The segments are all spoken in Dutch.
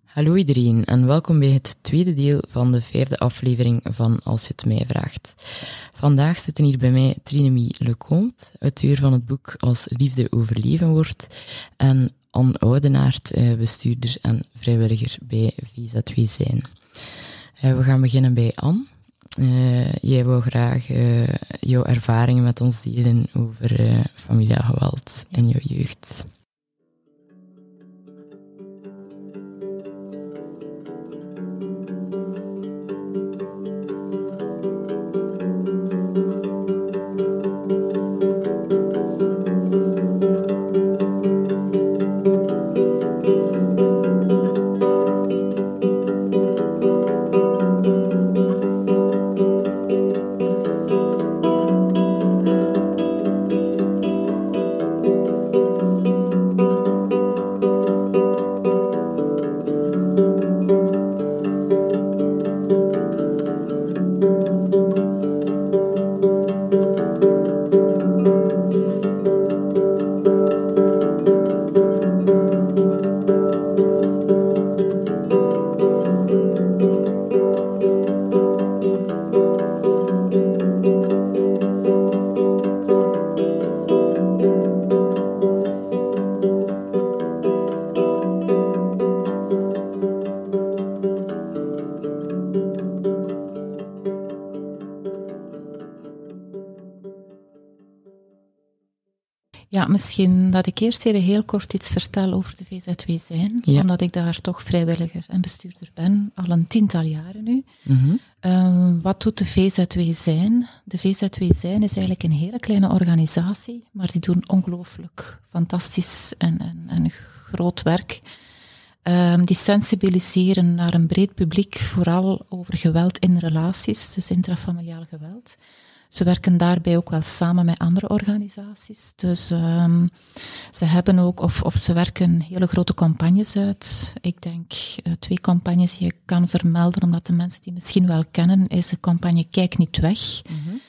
Hallo iedereen en welkom bij het tweede deel van de 5e aflevering van Als je het mij vraagt. Vandaag zitten hier bij mij Trinemie Lecomte, auteur van het boek Als liefde overleven wordt, en Anne Oudenaert, bestuurder en vrijwilliger bij VZW Zijn. We gaan beginnen bij Anne. Jij wou graag jouw ervaringen met ons delen over familiaal geweld in jouw jeugd. Ja, misschien dat ik eerst even heel kort iets vertel over de VZW Zijn, omdat ik daar toch vrijwilliger en bestuurder ben, al een 10-tal jaren nu. Mm-hmm. Wat doet de VZW Zijn? De VZW Zijn is eigenlijk een hele kleine organisatie, maar die doen ongelooflijk fantastisch en groot werk. Die sensibiliseren naar een breed publiek, vooral over geweld in relaties, dus intrafamiliaal geweld. Ze werken daarbij ook wel samen met andere organisaties. Dus ze hebben ook, of ze werken hele grote campagnes uit. Ik denk 2 campagnes die ik kan vermelden, omdat de mensen die misschien wel kennen, is de campagne Kijk niet weg.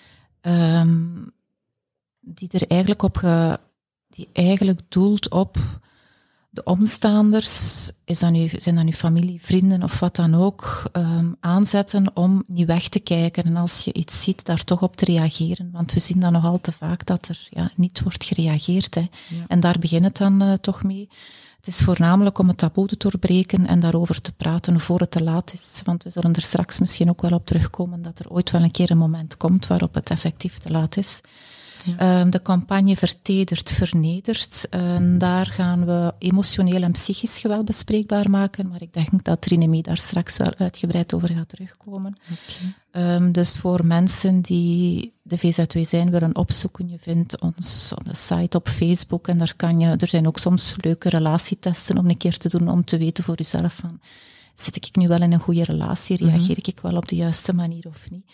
Mm-hmm. Die er eigenlijk die eigenlijk doelt op de omstaanders, zijn dat nu familie, vrienden of wat dan ook, aanzetten om niet weg te kijken en als je iets ziet, daar toch op te reageren. Want we zien dan nog al te vaak dat er niet wordt gereageerd. Hè. Ja. En daar begint het dan toch mee. Het is voornamelijk om het taboe te doorbreken en daarover te praten voor het te laat is. Want we zullen er straks misschien ook wel op terugkomen dat er ooit wel een keer een moment komt waarop het effectief te laat is. Ja. De campagne Vertederd, Vernederd. Daar gaan we emotioneel en psychisch geweld bespreekbaar maken, maar ik denk dat Trinemie daar straks wel uitgebreid over gaat terugkomen. Okay. Dus voor mensen die de VZW Zijn willen opzoeken, je vindt ons op de site, op Facebook, en er zijn ook soms leuke relatietesten om een keer te doen, om te weten voor jezelf van, zit ik nu wel in een goede relatie, reageer ik wel op de juiste manier of niet?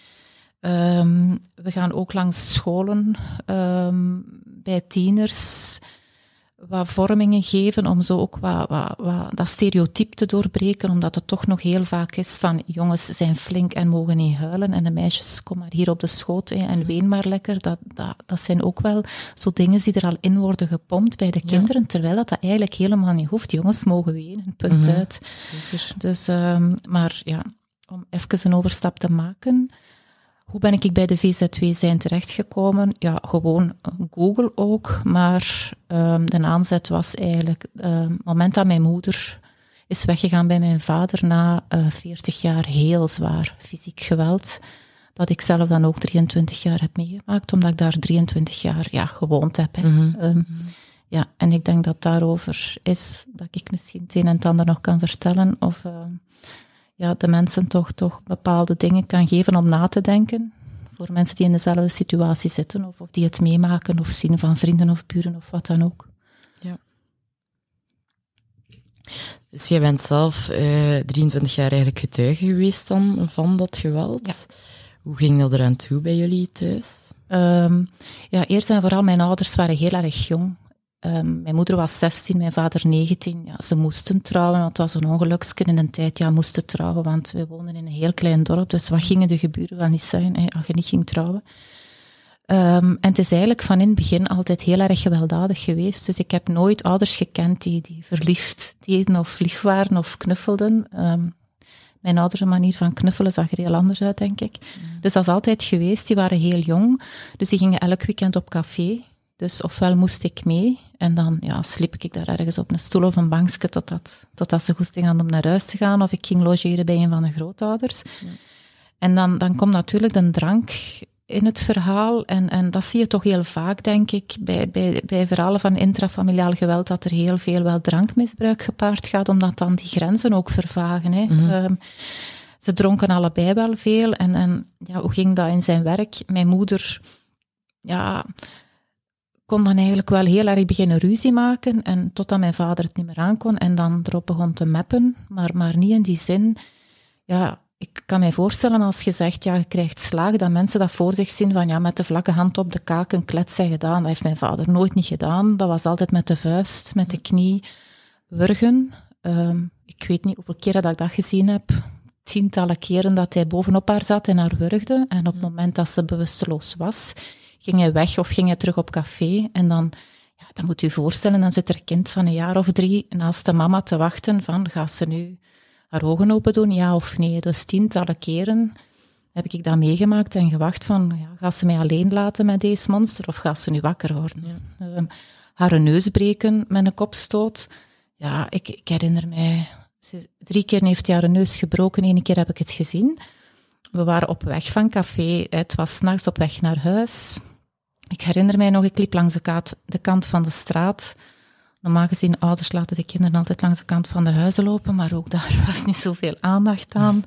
We gaan ook langs scholen bij tieners wat vormingen geven om zo ook wat dat stereotype te doorbreken, omdat het toch nog heel vaak is van jongens zijn flink en mogen niet huilen en de meisjes kom maar hier op de schoot en ween maar lekker. Dat zijn ook wel zo dingen die er al in worden gepompt bij de kinderen, terwijl dat eigenlijk helemaal niet hoeft. Jongens mogen wenen, punt uit. Zeker. Dus, maar ja, om even een overstap te maken. Hoe ben ik bij de VZW Zijn terechtgekomen? Ja, gewoon Google ook, maar de aanzet was eigenlijk het moment dat mijn moeder is weggegaan bij mijn vader na 40 jaar heel zwaar fysiek geweld, dat ik zelf dan ook 23 jaar heb meegemaakt, omdat ik daar 23 jaar gewoond heb. Mm-hmm. En ik denk dat daarover is, dat ik misschien het een en het ander nog kan vertellen, of de mensen toch bepaalde dingen kan geven om na te denken. Voor mensen die in dezelfde situatie zitten, of die het meemaken, of zien van vrienden of buren, of wat dan ook. Ja. Dus jij bent zelf 23 jaar eigenlijk getuige geweest dan van dat geweld. Ja. Hoe ging dat eraan toe bij jullie thuis? Eerst en vooral, mijn ouders waren heel erg jong. Mijn moeder was 16, mijn vader 19. Ja, ze moesten trouwen, want het was een ongeluksje in een tijd. Moesten trouwen, want we woonden in een heel klein dorp. Dus wat gingen de geburen wel niet zeggen als je niet ging trouwen? En het is eigenlijk van in het begin altijd heel erg gewelddadig geweest. Dus ik heb nooit ouders gekend die verliefd deden of lief waren of knuffelden. Mijn ouders' manier van knuffelen zag er heel anders uit, denk ik. Dus dat is altijd geweest. Die waren heel jong. Dus die gingen elk weekend op café. Dus ofwel moest ik mee. En dan sliep ik daar ergens op een stoel of een bankje totdat ze goesting hadden om naar huis te gaan. Of ik ging logeren bij een van de grootouders. Ja. En dan komt natuurlijk de drank in het verhaal. En dat zie je toch heel vaak, denk ik, bij verhalen van intrafamiliaal geweld, dat er heel veel wel drankmisbruik gepaard gaat, omdat dan die grenzen ook vervagen. Hè. Mm-hmm. Ze dronken allebei wel veel. En hoe ging dat in zijn werk? Mijn moeder kon dan eigenlijk wel heel erg beginnen ruzie maken. En totdat mijn vader het niet meer aankon. En dan erop begon te meppen. Maar niet in die zin. Ja, ik kan mij voorstellen als je zegt, je krijgt slaag, dat mensen dat voor zich zien van met de vlakke hand op de kaak een klets zijn gedaan. Dat heeft mijn vader nooit niet gedaan. Dat was altijd met de vuist, met de knie, wurgen. Ik weet niet hoeveel keren dat ik dat gezien heb. Tientallen keren dat hij bovenop haar zat en haar wurgde. En op het moment dat ze bewusteloos was, ging hij weg of ging hij terug op café. En dan moet u voorstellen, dan zit er een kind van 1 jaar of 3 naast de mama te wachten van, gaat ze nu haar ogen open doen, ja of nee? Dus tientallen keren heb ik dat meegemaakt en gewacht van, gaat ze mij alleen laten met deze monster of gaat ze nu wakker worden? Ja. Haar neus breken met een kopstoot. Ja, ik herinner mij, 3 keer heeft hij haar neus gebroken, 1 keer heb ik het gezien. We waren op weg van café, het was 's nachts op weg naar huis. Ik herinner mij nog, ik liep langs de kant van de straat. Normaal gezien, ouders laten de kinderen altijd langs de kant van de huizen lopen, maar ook daar was niet zoveel aandacht aan.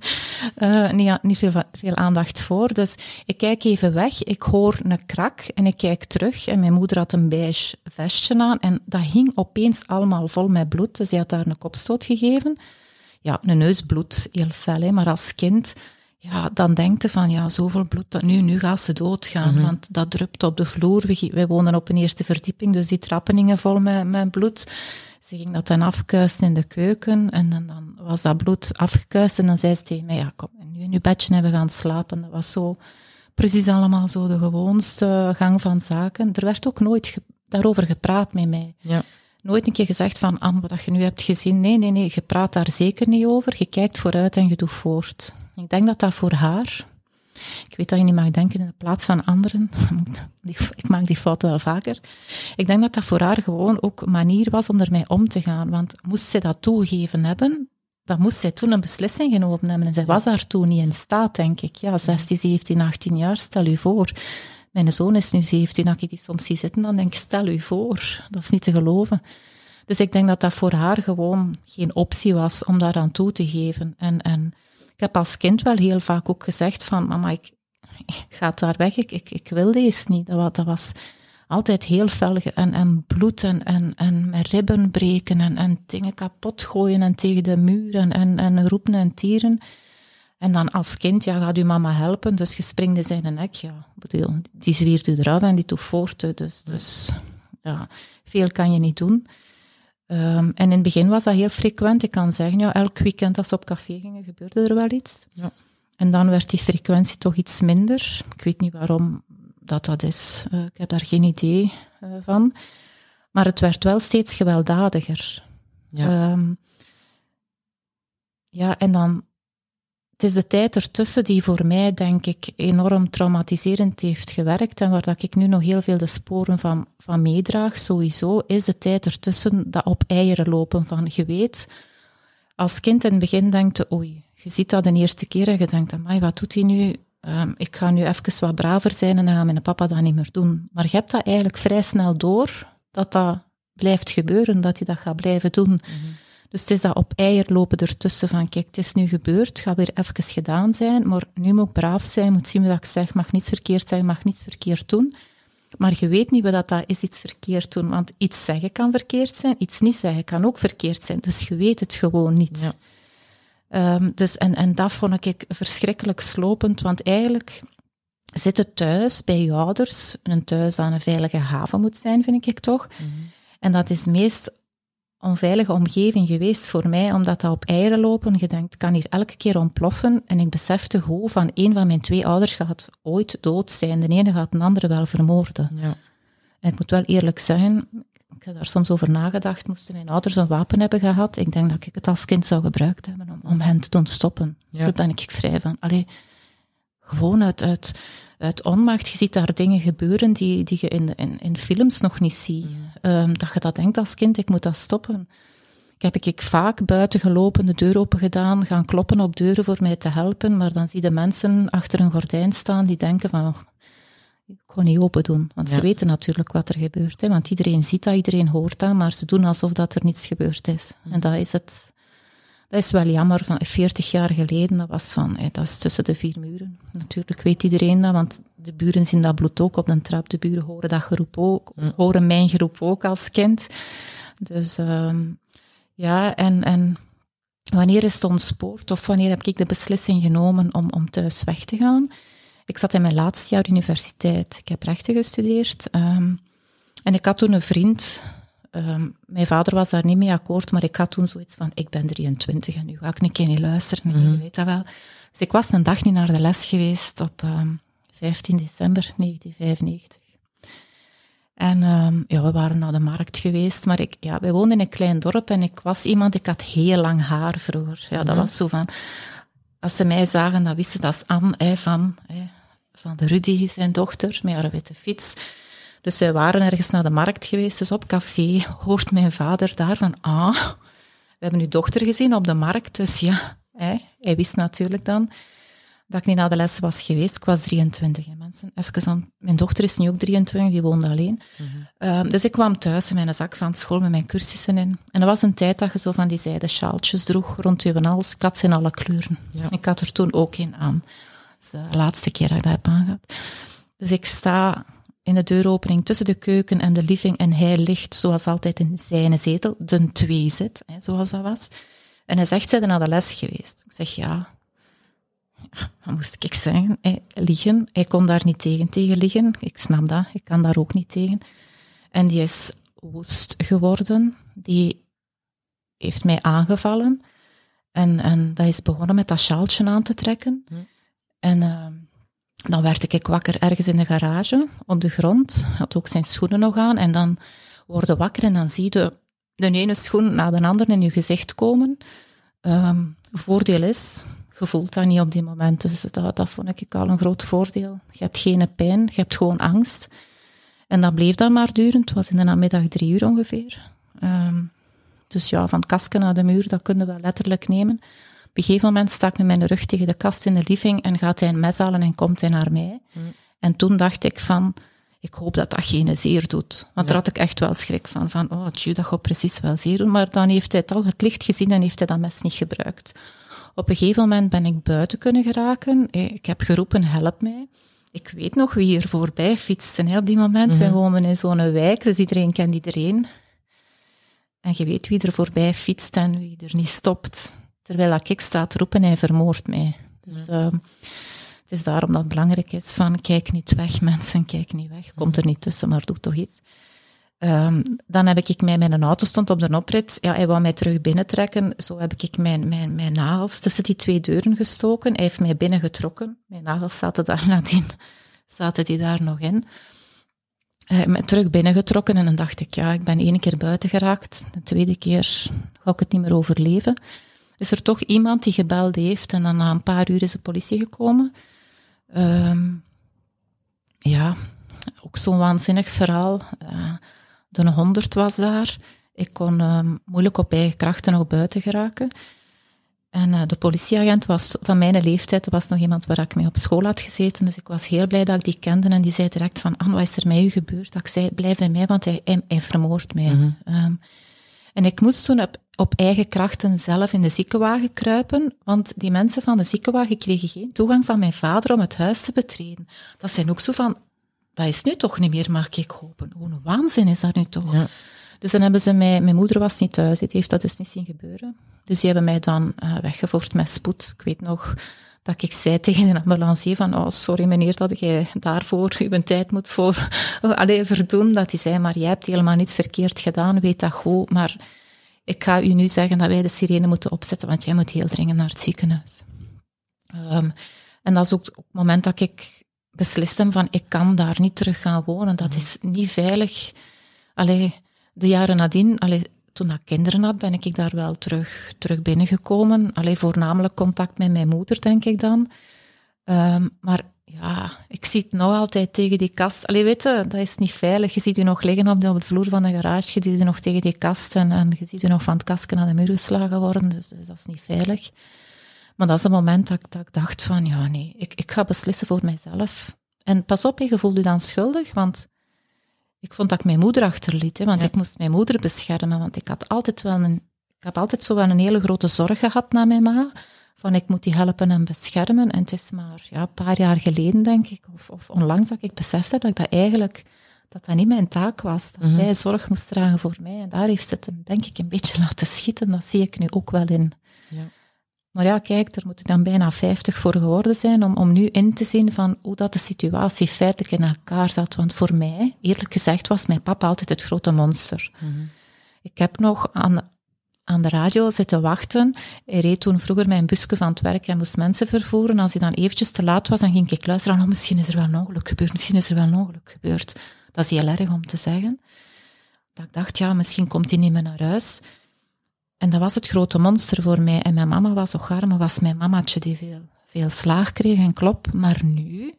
Niet veel aandacht voor. Dus ik kijk even weg, ik hoor een krak en ik kijk terug. En mijn moeder had een beige vestje aan en dat hing opeens allemaal vol met bloed. Dus die had daar een kopstoot gegeven. Ja, een neusbloed, heel fel, hè, maar als kind... Ja, dan denkt je van, zoveel bloed, dat nu gaat ze doodgaan, mm-hmm. Want dat drupt op de vloer. Wij wonen op een eerste verdieping, dus die trappen hingen vol met bloed. Ze ging dat dan afkuisen in de keuken en dan was dat bloed afgekuist en dan zei ze tegen mij, kom, nu in je bedje en we gaan slapen. Dat was zo precies allemaal zo de gewoonste gang van zaken. Er werd ook nooit daarover gepraat met mij. Ja. Nooit een keer gezegd van, Anne, wat je nu hebt gezien, nee, je praat daar zeker niet over. Je kijkt vooruit en je doet voort. Ik denk dat dat voor haar... Ik weet dat je niet mag denken in de plaats van anderen. Ik maak die fout wel vaker. Ik denk dat dat voor haar gewoon ook een manier was om ermee om te gaan. Want moest zij dat toegegeven hebben, dan moest zij toen een beslissing genomen hebben. En zij was daar toen niet in staat, denk ik. 16, 17, 18 jaar, stel u voor... Mijn zoon is nu 17, als ik die soms zie zitten, dan denk ik, stel u voor. Dat is niet te geloven. Dus ik denk dat dat voor haar gewoon geen optie was om daaraan toe te geven. En ik heb als kind wel heel vaak ook gezegd van, mama, ik ga daar weg, ik wil deze niet. Dat was altijd heel fel en bloed en met ribben breken en dingen kapot gooien en tegen de muur en roepen en tieren. En dan als kind, gaat uw mama helpen, dus je springt in zijn nek. Die zwiert u eraf en die doet voort. Dus veel kan je niet doen. En in het begin was dat heel frequent. Ik kan zeggen, elk weekend als ze op café gingen, gebeurde er wel iets. Ja. En dan werd die frequentie toch iets minder. Ik weet niet waarom dat is. Ik heb daar geen idee van. Maar het werd wel steeds gewelddadiger. Ja, en dan... Het is de tijd ertussen die voor mij, denk ik, enorm traumatiserend heeft gewerkt en waar dat ik nu nog heel veel de sporen van meedraag, sowieso, is de tijd ertussen dat op eieren lopen van, je weet, als kind in het begin denkt je, oei, je ziet dat de eerste keer en je denkt, amai, wat doet hij nu? Ik ga nu even wat braver zijn en dan gaat mijn papa dat niet meer doen. Maar je hebt dat eigenlijk vrij snel door, dat blijft gebeuren, dat hij dat gaat blijven doen. Mm-hmm. Dus het is dat op eier lopen ertussen van, kijk, het is nu gebeurd, het gaat weer even gedaan zijn, maar nu moet ik braaf zijn, moet zien wat ik zeg, mag niets verkeerd zeggen, mag niets verkeerd doen. Maar je weet niet wat dat is, iets verkeerd doen, want iets zeggen kan verkeerd zijn, iets niet zeggen kan ook verkeerd zijn, dus je weet het gewoon niet. Ja. Dus dat vond ik verschrikkelijk slopend, want eigenlijk zit het thuis bij je ouders, een thuis aan een veilige haven moet zijn, vind ik toch. Mm-hmm. En dat is meest... onveilige omgeving geweest voor mij, omdat dat op eieren lopen. Je denkt, kan hier elke keer ontploffen. En ik besefte hoe van een van mijn 2 ouders gaat ooit dood zijn. De ene gaat een andere wel vermoorden. Ja. En ik moet wel eerlijk zeggen, ik heb daar soms over nagedacht, moesten mijn ouders een wapen hebben gehad, ik denk dat ik het als kind zou gebruikt hebben om hen te doen stoppen. Ja. Daar ben ik vrij van. Allee, gewoon uit onmacht. Je ziet daar dingen gebeuren die je in films nog niet ziet. Dat je dat denkt als kind, ik moet dat stoppen. Heb ik vaak buiten gelopen, de deur open gedaan, gaan kloppen op deuren voor mij te helpen, maar dan zie je mensen achter een gordijn staan die denken van, ik kon niet open doen. Want ze weten natuurlijk wat er gebeurt. Hè? Want iedereen ziet dat, iedereen hoort dat, maar ze doen alsof dat er niets gebeurd is. En dat is het. Dat is wel jammer. Van 40 jaar geleden, dat is tussen de 4 muren. Natuurlijk weet iedereen dat, want de buren zien dat bloed ook op de trap. De buren horen dat geroep ook, horen mijn geroep ook als kind. Dus en wanneer is het ontspoord, of wanneer heb ik de beslissing genomen om thuis weg te gaan? Ik zat in mijn laatste jaar universiteit. Ik heb rechten gestudeerd. En ik had toen een vriend. Mijn vader was daar niet mee akkoord, maar ik had toen zoiets van, ik ben 23 en nu ga ik een keer niet luisteren. Je weet dat wel. Dus ik was een dag niet naar de les geweest op 15 december 1995. En we waren naar de markt geweest, maar wij woonden in een klein dorp en ik had heel lang haar vroeger. Ja, dat was zo van, als ze mij zagen, dan wisten dat is Anne van de Rudy, zijn dochter, met haar witte fiets. Dus wij waren ergens naar de markt geweest, dus op café hoort mijn vader daar van, we hebben uw dochter gezien op de markt, dus ja, hij wist natuurlijk dan dat ik niet naar de les was geweest. Ik was 23, mensen. Mijn dochter is nu ook 23, die woonde alleen. Dus ik kwam thuis in mijn zak van school met mijn cursussen in. En dat was een tijd dat je zo van die zijden sjaaltjes droeg rond je hals. Ik had ze in alle kleuren. Ja. Ik had er toen ook een aan. Dat is de laatste keer dat ik dat heb aangehad. Dus ik sta in de deuropening tussen de keuken en de living en hij ligt, zoals altijd, in zijn zetel. De 2 zit, zoals dat was. En hij zegt, zijn naar de les geweest? Ik zeg, ja. Wat moest ik zeggen? Liegen. Hij kon daar niet tegen liggen. Ik snap dat. Ik kan daar ook niet tegen. En die is woest geworden. Die heeft mij aangevallen. En dat is begonnen met dat sjaaltje aan te trekken. En dan werd ik wakker ergens in de garage, op de grond. Had ook zijn schoenen nog aan. En dan word je wakker en dan zie je de ene schoen na de andere in je gezicht komen. Voordeel is, je voelt dat niet op die moment. Dus dat vond ik al een groot voordeel. Je hebt geen pijn, je hebt gewoon angst. En dat bleef dan maar duren. Het was in de namiddag 3 uur ongeveer. Dus ja, van het kastje naar de muur, dat kunnen we wel letterlijk nemen. Op een gegeven moment sta ik met mijn rug tegen de kast in de living en gaat hij een mes halen en komt hij naar mij. En toen dacht ik van, ik hoop dat dat geen zeer doet. Want daar had ik echt wel schrik van dat gaat precies wel zeer doen. Maar dan heeft hij het licht gezien en heeft hij dat mes niet gebruikt. Op een gegeven moment ben ik buiten kunnen geraken. Ik heb geroepen, help mij. Ik weet nog wie er voorbij fietste op die moment. We woonden in zo'n wijk, dus iedereen kent iedereen. En je weet wie er voorbij fietst en wie er niet stopt. Terwijl ik sta te roepen, hij vermoordt mij. Dus het is daarom dat het belangrijk is van, kijk niet weg mensen, kijk niet weg. Komt er niet tussen, maar doe toch iets. Dan heb ik mij, mijn auto stond op de oprit, hij wou mij terug binnentrekken, zo heb ik mijn nagels tussen die 2 deuren gestoken, hij heeft mij binnengetrokken, mijn nagels zaten daar nadien, zaten die daar nog in. Hij heeft mij terug binnengetrokken en dan dacht ik, ik ben 1 keer buiten geraakt, de 2e keer ga ik het niet meer overleven. Is er toch iemand die gebeld heeft en dan na een paar uur is de politie gekomen. Ook zo'n waanzinnig verhaal. De 100 was daar. Ik kon moeilijk op eigen krachten nog buiten geraken. En de politieagent was van mijn leeftijd. Er was nog iemand waar ik mee op school had gezeten. Dus ik was heel blij dat ik die kende. En die zei direct van, Anne, wat is er met u gebeurd? Dat ik zei, blijf bij mij, want hij vermoordt mij. En ik moest toen op eigen krachten zelf in de ziekenwagen kruipen, want die mensen van de ziekenwagen kregen geen toegang van mijn vader om het huis te betreden. Dat zijn ook zo van, dat is nu toch niet meer, mag ik hopen. Hoe een waanzin is dat nu toch? Ja. Dus dan hebben ze mij, mijn moeder was niet thuis, die heeft dat dus niet zien gebeuren. Dus die hebben mij dan weggevoerd met spoed. Ik weet nog dat ik zei tegen de ambulancier van, sorry meneer dat jij daarvoor uw tijd moet verdoen. Dat hij zei, maar jij hebt helemaal niets verkeerd gedaan, weet dat goed. Maar ik ga u nu zeggen dat wij de sirene moeten opzetten, want jij moet heel dringend naar het ziekenhuis. En dat is ook op het moment dat ik beslist heb van, ik kan daar niet terug gaan wonen. Dat is niet veilig. Allee, de jaren nadien, toen ik kinderen had, ben ik daar wel terug binnengekomen. Voornamelijk contact met mijn moeder, denk ik dan. Maar ja, ik zie het nog altijd tegen die kast. Weet je, dat is niet veilig. Je ziet u nog liggen op de vloer van de garage, je ziet u nog tegen die kast en je ziet u nog van het kastje naar de muur geslagen worden. Dus dat is niet veilig. Maar dat is het moment dat ik dacht van, ja nee, ik ga beslissen voor mijzelf. En pas op, je voelt je dan schuldig, want ik vond dat ik mijn moeder achterliet. Want ik moest mijn moeder beschermen, want ik heb altijd zo wel een hele grote zorg gehad naar mijn ma. Van ik moet die helpen en beschermen. En het is maar een paar jaar geleden, denk ik, of onlangs dat ik besefte dat ik dat eigenlijk, dat niet mijn taak was. Dat zij zorg moest dragen voor mij. En daar heeft ze het, denk ik, een beetje laten schieten. Dat zie ik nu ook wel in. Ja. Maar ja, kijk, daar moet ik dan bijna 50 voor geworden zijn om nu in te zien van hoe dat de situatie feitelijk in elkaar zat. Want voor mij, eerlijk gezegd, was mijn papa altijd het grote monster. Ik heb nog aan de radio zitten wachten. Hij reed toen vroeger mijn busje van het werk en moest mensen vervoeren. Als hij dan eventjes te laat was, dan ging ik luisteren. Misschien is er wel een ongeluk gebeurd. Dat is heel erg om te zeggen. Dat ik dacht, misschien komt hij niet meer naar huis. En dat was het grote monster voor mij. En mijn mama was ook arm, maar was mijn mamaatje die veel slaag kreeg en klop. Maar nu,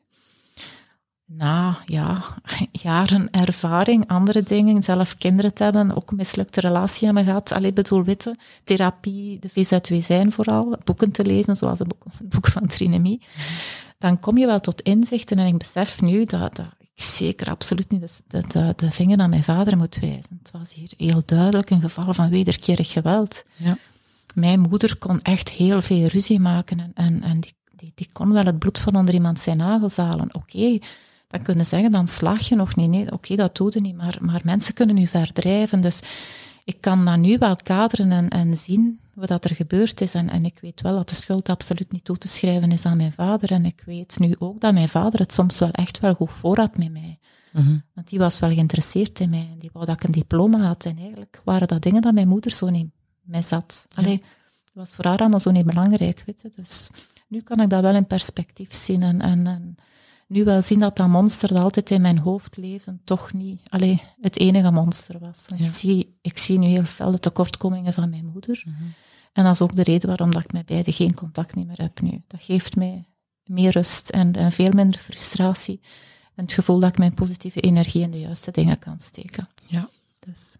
na jaren ervaring, andere dingen, zelf kinderen te hebben, ook een mislukte relatie hebben gehad. Witte, therapie, de VZW vooral, boeken te lezen, zoals het boek van Trinemie. Dan kom je wel tot inzichten en ik besef nu dat ik zeker absoluut niet de vinger naar mijn vader moet wijzen. Het was hier heel duidelijk een geval van wederkerig geweld. Ja. Mijn moeder kon echt heel veel ruzie maken en die kon wel het bloed van onder iemand zijn nagels halen. Oké, dan kunnen ze zeggen, dan slaag je nog niet. Nee, oké, dat doe je niet, maar mensen kunnen u verdrijven. Dus ik kan dat nu wel kaderen en zien wat er gebeurd is. En ik weet wel dat de schuld absoluut niet toe te schrijven is aan mijn vader. En ik weet nu ook dat mijn vader het soms wel echt wel goed voor had met mij. Want die was wel geïnteresseerd in mij. En die wou dat ik een diploma had. En eigenlijk waren dat dingen dat mijn moeder zo niet mee zat. Dat was voor haar allemaal zo niet belangrijk. Weet je. Dus nu kan ik dat wel in perspectief zien. En nu wel zien dat monster dat altijd in mijn hoofd leefde, toch niet het enige monster was. Ik zie nu heel fel de tekortkomingen van mijn moeder. En dat is ook de reden waarom dat ik met beiden geen contact meer heb nu. Dat geeft mij meer rust en veel minder frustratie. En het gevoel dat ik mijn positieve energie in de juiste dingen kan steken. Ja. Dus.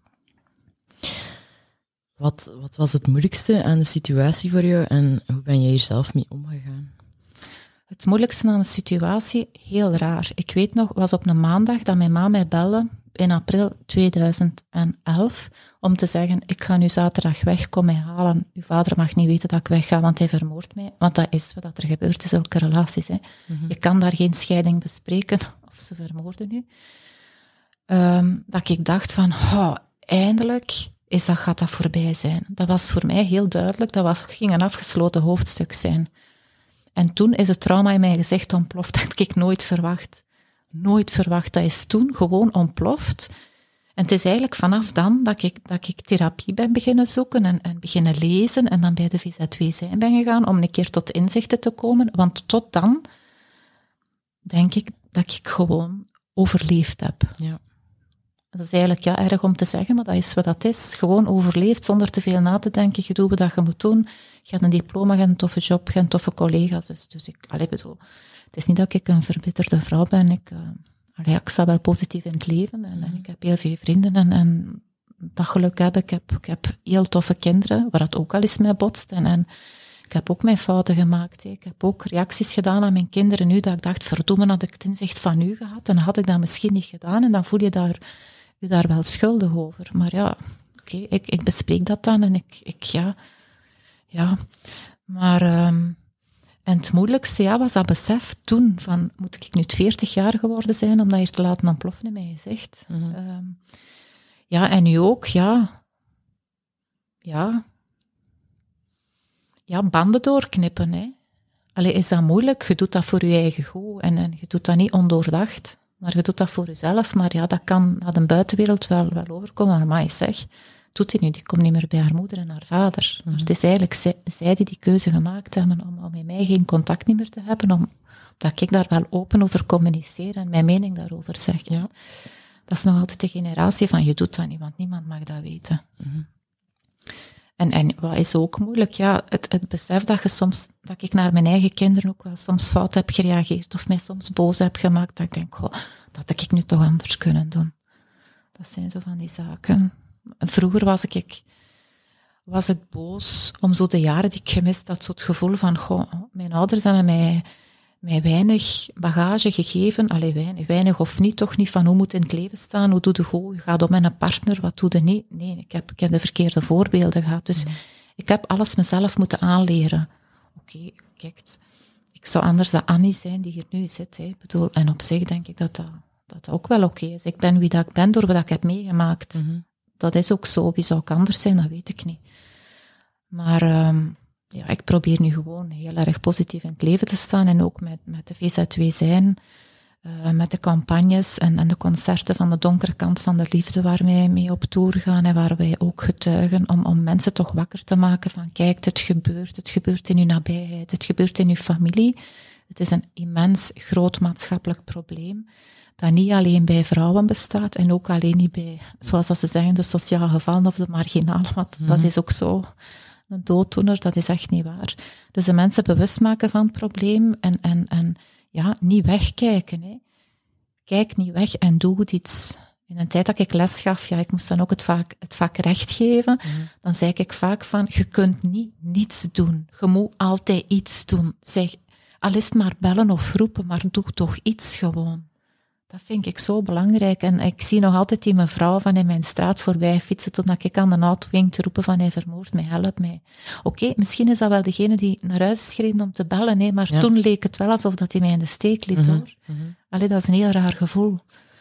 Wat was het moeilijkste aan de situatie voor jou en hoe ben je hier zelf mee omgegaan? Het moeilijkste aan de situatie, heel raar. Ik weet nog, was op een maandag dat mijn ma mij belde in april 2011 om te zeggen, ik ga nu zaterdag weg, kom mij halen. Uw vader mag niet weten dat ik wegga, want hij vermoordt mij. Want dat is wat er gebeurt in zulke relaties. Hè. Je kan daar geen scheiding bespreken, of ze vermoorden u. Dat ik dacht van, eindelijk gaat dat voorbij zijn. Dat was voor mij heel duidelijk, ging een afgesloten hoofdstuk zijn. En toen is het trauma in mijn gezicht ontploft. Dat heb ik nooit verwacht. Nooit verwacht. Dat is toen gewoon ontploft. En het is eigenlijk vanaf dan dat ik therapie ben beginnen zoeken en beginnen lezen en dan bij de VZW ben gegaan om een keer tot inzichten te komen. Want tot dan denk ik dat ik gewoon overleefd heb. Ja. Dat is eigenlijk erg om te zeggen, maar dat is wat dat is. Gewoon overleefd zonder te veel na te denken. Je doet wat je moet doen. Je hebt een diploma, je hebt een toffe job, je hebt toffe collega's. Dus ik bedoel, het is niet dat ik een verbitterde vrouw ben. Ik sta wel positief in het leven en ik heb heel veel vrienden en dat geluk heb ik. Ik heb heel toffe kinderen, waar het ook al eens mee botst. En ik heb ook mijn fouten gemaakt. Ik heb ook reacties gedaan aan mijn kinderen nu, dat ik dacht, verdomme, had ik het inzicht van u gehad en had ik dat misschien niet gedaan. En dan voel je daar wel schuldig over. Maar oké, ik bespreek dat dan en Maar, en het moeilijkste was dat besef toen van, moet ik nu 40 jaar geworden zijn om dat hier te laten ontploffen in mijn gezicht? En nu ook, banden doorknippen. Hè. Is dat moeilijk? Je doet dat voor je eigen goed en je doet dat niet ondoordacht. Maar je doet dat voor jezelf. Maar dat kan naar de buitenwereld wel overkomen. Maar zeg, doet die nu? Die komt niet meer bij haar moeder en haar vader. Maar het is eigenlijk zij die keuze gemaakt hebben om met mij geen contact meer te hebben, omdat ik daar wel open over communiceer en mijn mening daarover zeg. Ja. Dat is nog altijd de generatie van, je doet dat niet, want niemand mag dat weten. En wat is ook moeilijk, het besef dat ik naar mijn eigen kinderen ook wel soms fout heb gereageerd, of mij soms boos heb gemaakt, dat ik denk, dat had ik nu toch anders kunnen doen. Dat zijn zo van die zaken. Vroeger was ik boos om zo de jaren die ik gemist had, zo het gevoel van, mijn ouders hebben mij weinig bagage gegeven, weinig of niet, toch niet van hoe moet in het leven staan, hoe doe je goed, je gaat om met een partner, wat doe je niet? Nee, ik heb de verkeerde voorbeelden gehad, dus ik heb alles mezelf moeten aanleren. Oké, kijk, ik zou anders de Annie zijn die hier nu zit, en op zich denk ik dat ook wel oké is. Ik ben wie dat ik ben door wat ik heb meegemaakt. Dat is ook zo. Wie zou ik anders zijn, dat weet ik niet. Maar ik probeer nu gewoon heel erg positief in het leven te staan. En ook met de VZW zijn, met de campagnes en de concerten van de donkere kant van de liefde waar wij mee op tour gaan en waar wij ook getuigen om mensen toch wakker te maken van kijk, het gebeurt in uw nabijheid, het gebeurt in uw familie. Het is een immens groot maatschappelijk probleem dat niet alleen bij vrouwen bestaat en ook alleen niet bij, zoals ze zeggen, de sociale gevallen of de marginalen, want dat is ook zo een dooddoener, dat is echt niet waar. Dus de mensen bewust maken van het probleem en niet wegkijken. Hè. Kijk niet weg en doe iets. In een tijd dat ik les gaf, ik moest dan ook het vak recht geven, dan zei ik vaak van, je kunt niet niets doen. Je moet altijd iets doen. Zeg, al is het maar bellen of roepen, maar doe toch iets gewoon. Dat vind ik zo belangrijk. En ik zie nog altijd die mevrouw van in mijn straat voorbij fietsen, totdat ik aan de auto ging te roepen van, hij vermoordt mij, help mij. Oké, misschien is dat wel degene die naar huis is gereden om te bellen, maar toen leek het wel alsof dat hij mij in de steek liet, hoor. Allee, dat is een heel raar gevoel.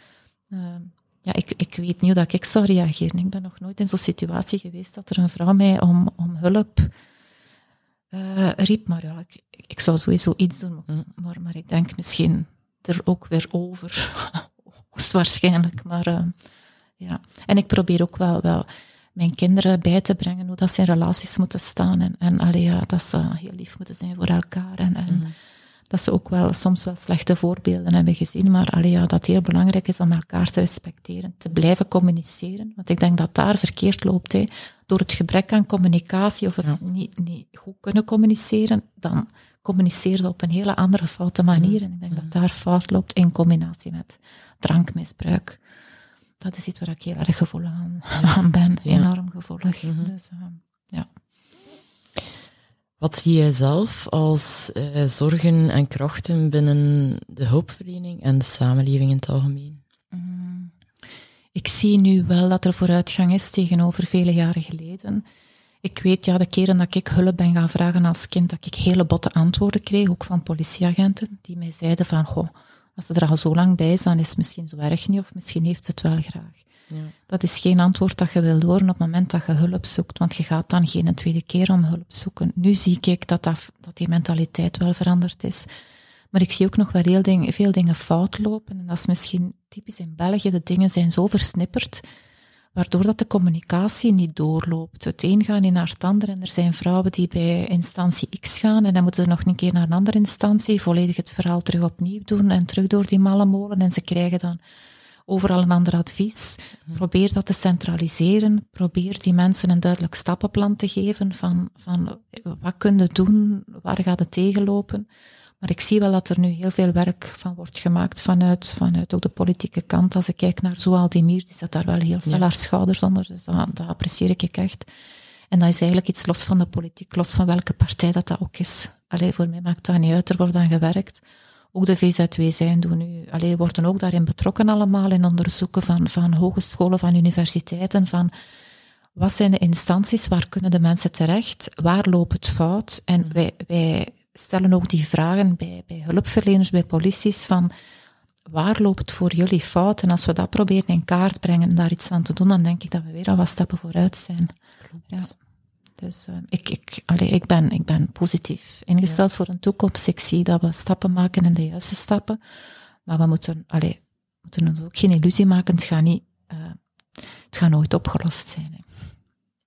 Ik weet niet hoe ik zou reageren. Ik ben nog nooit in zo'n situatie geweest dat er een vrouw mij om hulp riep, maar ik zou sowieso iets doen. Maar ik denk misschien er ook weer over. Hoogstwaarschijnlijk. Maar En ik probeer ook wel mijn kinderen bij te brengen hoe dat ze in relaties moeten staan. Dat ze heel lief moeten zijn voor elkaar. En dat ze ook wel soms wel slechte voorbeelden hebben gezien. Maar dat het heel belangrijk is om elkaar te respecteren. Te blijven communiceren. Want ik denk dat daar verkeerd loopt. Hè. Door het gebrek aan communicatie of het niet goed kunnen communiceren, dan communiceerde op een hele andere foute manier. En ik denk dat daar fout loopt in combinatie met drankmisbruik. Dat is iets waar ik heel erg gevoelig aan ben. Enorm gevoelig. Dus, Wat zie jij zelf als zorgen en krachten binnen de hulpverlening en de samenleving in het algemeen? Ik zie nu wel dat er vooruitgang is tegenover vele jaren geleden. Ik weet, de keren dat ik hulp ben gaan vragen als kind, dat ik hele botte antwoorden kreeg, ook van politieagenten, die mij zeiden van, als ze er al zo lang bij is, dan is het misschien zo erg niet, of misschien heeft ze het wel graag. Ja. Dat is geen antwoord dat je wilt horen op het moment dat je hulp zoekt, want je gaat dan geen tweede keer om hulp zoeken. Nu zie ik dat die mentaliteit wel veranderd is. Maar ik zie ook nog wel veel dingen fout lopen. En dat is misschien typisch in België. De dingen zijn zo versnipperd, waardoor dat de communicatie niet doorloopt. Het een gaat niet naar het ander. En er zijn vrouwen die bij instantie X gaan en dan moeten ze nog een keer naar een andere instantie, volledig het verhaal terug opnieuw doen en terug door die malle molen. En ze krijgen dan overal een ander advies. Probeer dat te centraliseren. Probeer die mensen een duidelijk stappenplan te geven van wat kun je doen, waar gaat het tegenlopen. Maar ik zie wel dat er nu heel veel werk van wordt gemaakt vanuit ook de politieke kant. Als ik kijk naar Zoaldemir, die zet daar wel heel veel haar schouders onder. Dus dat apprecieer ik echt. En dat is eigenlijk iets los van de politiek, los van welke partij dat ook is. Voor mij maakt dat niet uit, er wordt aan gewerkt. Ook de VZW worden ook daarin betrokken allemaal in onderzoeken van hogescholen, van universiteiten, van wat zijn de instanties, waar kunnen de mensen terecht, waar loopt het fout. En wij stellen ook die vragen bij hulpverleners, bij polities, van waar loopt het voor jullie fout? En als we dat proberen in kaart brengen en daar iets aan te doen, dan denk ik dat we weer al wat stappen vooruit zijn. Ja. Dus ik ben positief ingesteld voor een toekomst. Ik zie dat we stappen maken en de juiste stappen. Maar we moeten ons ook geen illusie maken. Het gaat nooit opgelost zijn. Hè.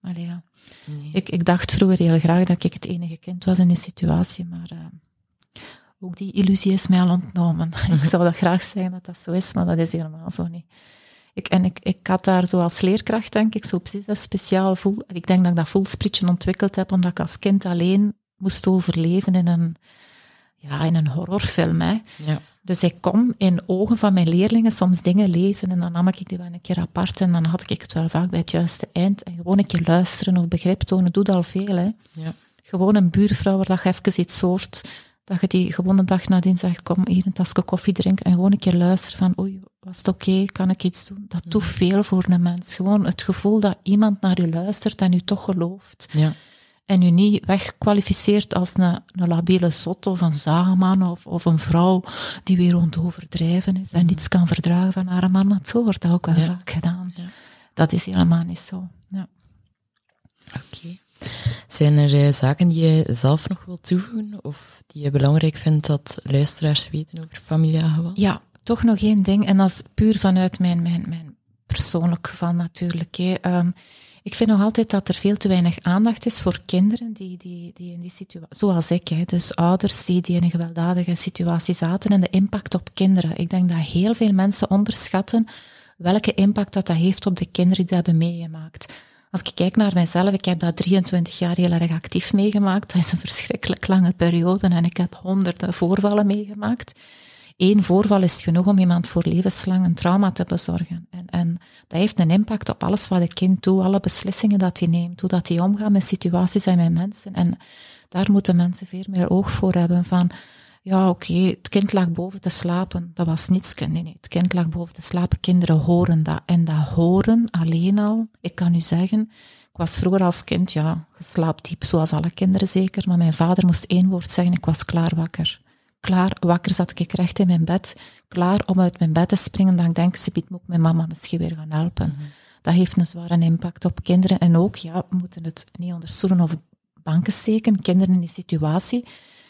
Allee, ja. Nee. Ik dacht vroeger heel graag dat ik het enige kind was in die situatie, maar ook die illusie is mij al ontnomen. Ik zou dat graag zeggen dat dat zo is, maar dat is helemaal zo niet. Ik had daar zo als leerkracht, denk ik, zo precies dat speciaal voel. Ik denk dat ik dat voelsprietje ontwikkeld heb, omdat ik als kind alleen moest overleven in een horrorfilm. Hè. Ja. Dus ik kon in ogen van mijn leerlingen soms dingen lezen en dan nam ik die wel een keer apart en dan had ik het wel vaak bij het juiste eind. En gewoon een keer luisteren of begrip tonen, doet al veel. Hè. Ja. Gewoon een buurvrouw waar je even iets hoort, dat je die gewoon een dag nadien zegt, kom hier een tasje koffie drinken en gewoon een keer luisteren van, oei, was het oké? Kan ik iets doen? Dat doet veel voor een mens. Gewoon het gevoel dat iemand naar u luistert en u toch gelooft. Ja. En u niet wegkwalificeert als een labiele zot of een zageman of een vrouw die weer overdrijven is en niets kan verdragen van haar man. Want zo wordt dat ook wel vaak gedaan. Ja. Dat is helemaal niet zo. Ja. Oké. Zijn er zaken die je zelf nog wilt toevoegen of die je belangrijk vindt dat luisteraars weten over familiaal geweld? Ja, toch nog één ding. En dat is puur vanuit mijn persoonlijk geval natuurlijk. Ik vind nog altijd dat er veel te weinig aandacht is voor kinderen die in die situatie, zoals ik, dus ouders die in een gewelddadige situatie zaten en de impact op kinderen. Ik denk dat heel veel mensen onderschatten welke impact dat heeft op de kinderen die dat hebben meegemaakt. Als ik kijk naar mijzelf, ik heb dat 23 jaar heel erg actief meegemaakt. Dat is een verschrikkelijk lange periode en ik heb honderden voorvallen meegemaakt. 1 voorval is genoeg om iemand voor levenslang een trauma te bezorgen. En dat heeft een impact op alles wat een kind doet, alle beslissingen dat hij neemt, hoe dat hij omgaat met situaties en met mensen. En daar moeten mensen veel meer oog voor hebben van, ja oké, het kind lag boven te slapen, dat was niets. Nee, het kind lag boven te slapen, kinderen horen dat. En dat horen alleen al, ik kan u zeggen, ik was vroeger als kind, geslaapdiep, zoals alle kinderen zeker, maar mijn vader moest 1 woord zeggen, ik was klaar wakker. Klaar wakker zat ik recht in mijn bed, klaar om uit mijn bed te springen, dan denk ik, ze biedt me ook mijn mama misschien weer gaan helpen. Mm-hmm. Dat heeft een zware impact op kinderen. En ook, we moeten het niet onder stoelen of banken steken, kinderen in die situatie,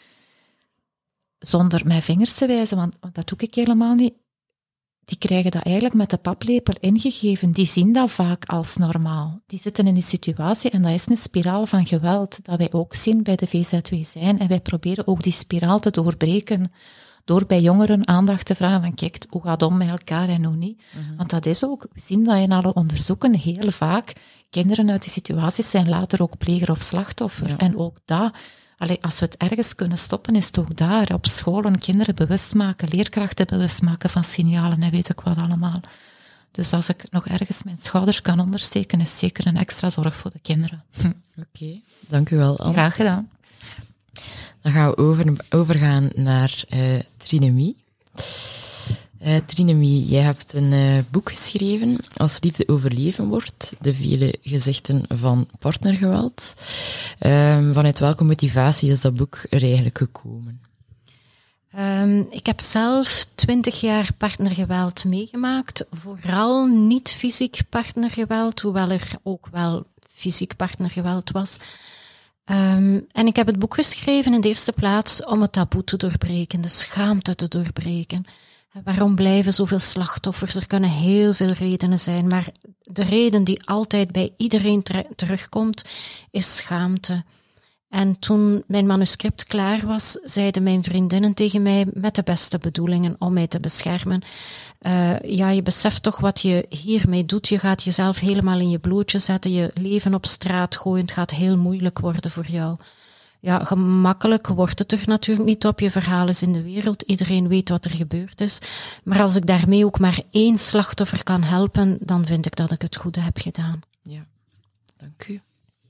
zonder mijn vingers te wijzen, want dat doe ik helemaal niet. Die krijgen dat eigenlijk met de paplepel ingegeven. Die zien dat vaak als normaal. Die zitten in die situatie en dat is een spiraal van geweld dat wij ook zien bij de VZW zijn. En wij proberen ook die spiraal te doorbreken door bij jongeren aandacht te vragen van kijk, hoe gaat het om met elkaar en hoe niet. Mm-hmm. Want dat is ook, we zien dat in alle onderzoeken heel vaak, kinderen uit die situaties zijn later ook pleger of slachtoffer. Ja. En ook dat... als we het ergens kunnen stoppen, is het ook daar. Op scholen kinderen bewust maken, leerkrachten bewust maken van signalen en weet ik wat allemaal. Dus als ik nog ergens mijn schouders kan ondersteken, is zeker een extra zorg voor de kinderen. Oké, dank u wel, Anne. Graag gedaan. Dan gaan we overgaan naar Trinemie. Trinemie, jij hebt een boek geschreven, Als liefde overleven wordt, de vele gezichten van partnergeweld. Vanuit welke motivatie is dat boek er eigenlijk gekomen? Ik heb zelf 20 jaar partnergeweld meegemaakt. Vooral niet fysiek partnergeweld, hoewel er ook wel fysiek partnergeweld was. En ik heb het boek geschreven in de eerste plaats om het taboe te doorbreken, de schaamte te doorbreken. Waarom blijven zoveel slachtoffers? Er kunnen heel veel redenen zijn, maar de reden die altijd bij iedereen terugkomt, is schaamte. En toen mijn manuscript klaar was, zeiden mijn vriendinnen tegen mij, met de beste bedoelingen om mij te beschermen, je beseft toch wat je hiermee doet. Je gaat jezelf helemaal in je blootje zetten, je leven op straat gooien, het gaat heel moeilijk worden voor jou. Ja, gemakkelijk wordt het er natuurlijk niet op. Je verhaal is in de wereld. Iedereen weet wat er gebeurd is. Maar als ik daarmee ook maar 1 slachtoffer kan helpen, dan vind ik dat ik het goede heb gedaan. Ja, dank u.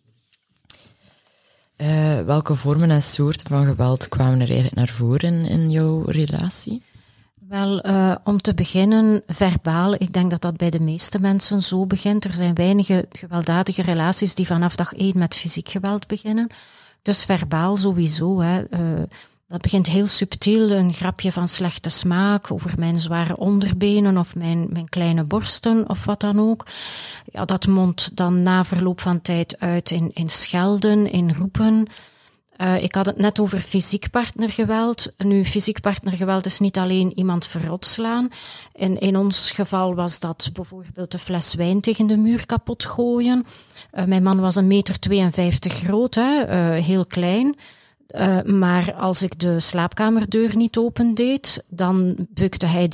Welke vormen en soorten van geweld kwamen er eigenlijk naar voren in jouw relatie? Wel, om te beginnen, verbaal. Ik denk dat dat bij de meeste mensen zo begint. Er zijn weinige gewelddadige relaties die vanaf dag 1 met fysiek geweld beginnen. Dus verbaal sowieso. Dat begint heel subtiel, een grapje van slechte smaak over mijn zware onderbenen of mijn kleine borsten of wat dan ook. Ja, dat mondt dan na verloop van tijd uit in schelden, in roepen. Ik had het net over fysiek partnergeweld. Nu, fysiek partnergeweld is niet alleen iemand verrot slaan. In ons geval was dat bijvoorbeeld de fles wijn tegen de muur kapot gooien. Mijn man was 1,52 meter groot, heel klein. Maar als ik de slaapkamerdeur niet opendeed, dan beukte hij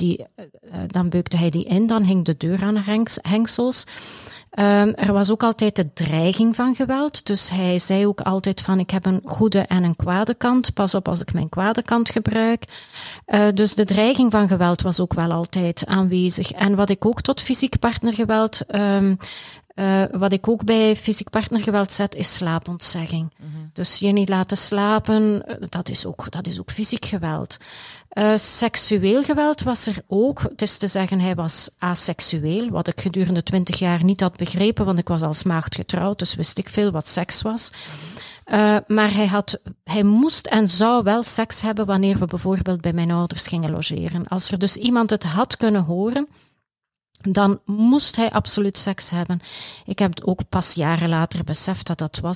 die in, dan hing de deur aan de hengsels. Er was ook altijd de dreiging van geweld. Dus hij zei ook altijd van, ik heb een goede en een kwade kant. Pas op als ik mijn kwade kant gebruik. Dus de dreiging van geweld was ook wel altijd aanwezig. En wat ik ook tot fysiek partnergeweld... wat ik ook bij fysiek partnergeweld zet, is slaapontzegging. Mm-hmm. Dus je niet laten slapen, dat is ook fysiek geweld. Seksueel geweld was er ook. Het is te zeggen, hij was aseksueel, wat ik gedurende 20 jaar niet had begrepen, want ik was als maagd getrouwd, dus wist ik veel wat seks was. Maar hij moest en zou wel seks hebben wanneer we bijvoorbeeld bij mijn ouders gingen logeren. Als er dus iemand het had kunnen horen, dan moest hij absoluut seks hebben. Ik heb ook pas jaren later beseft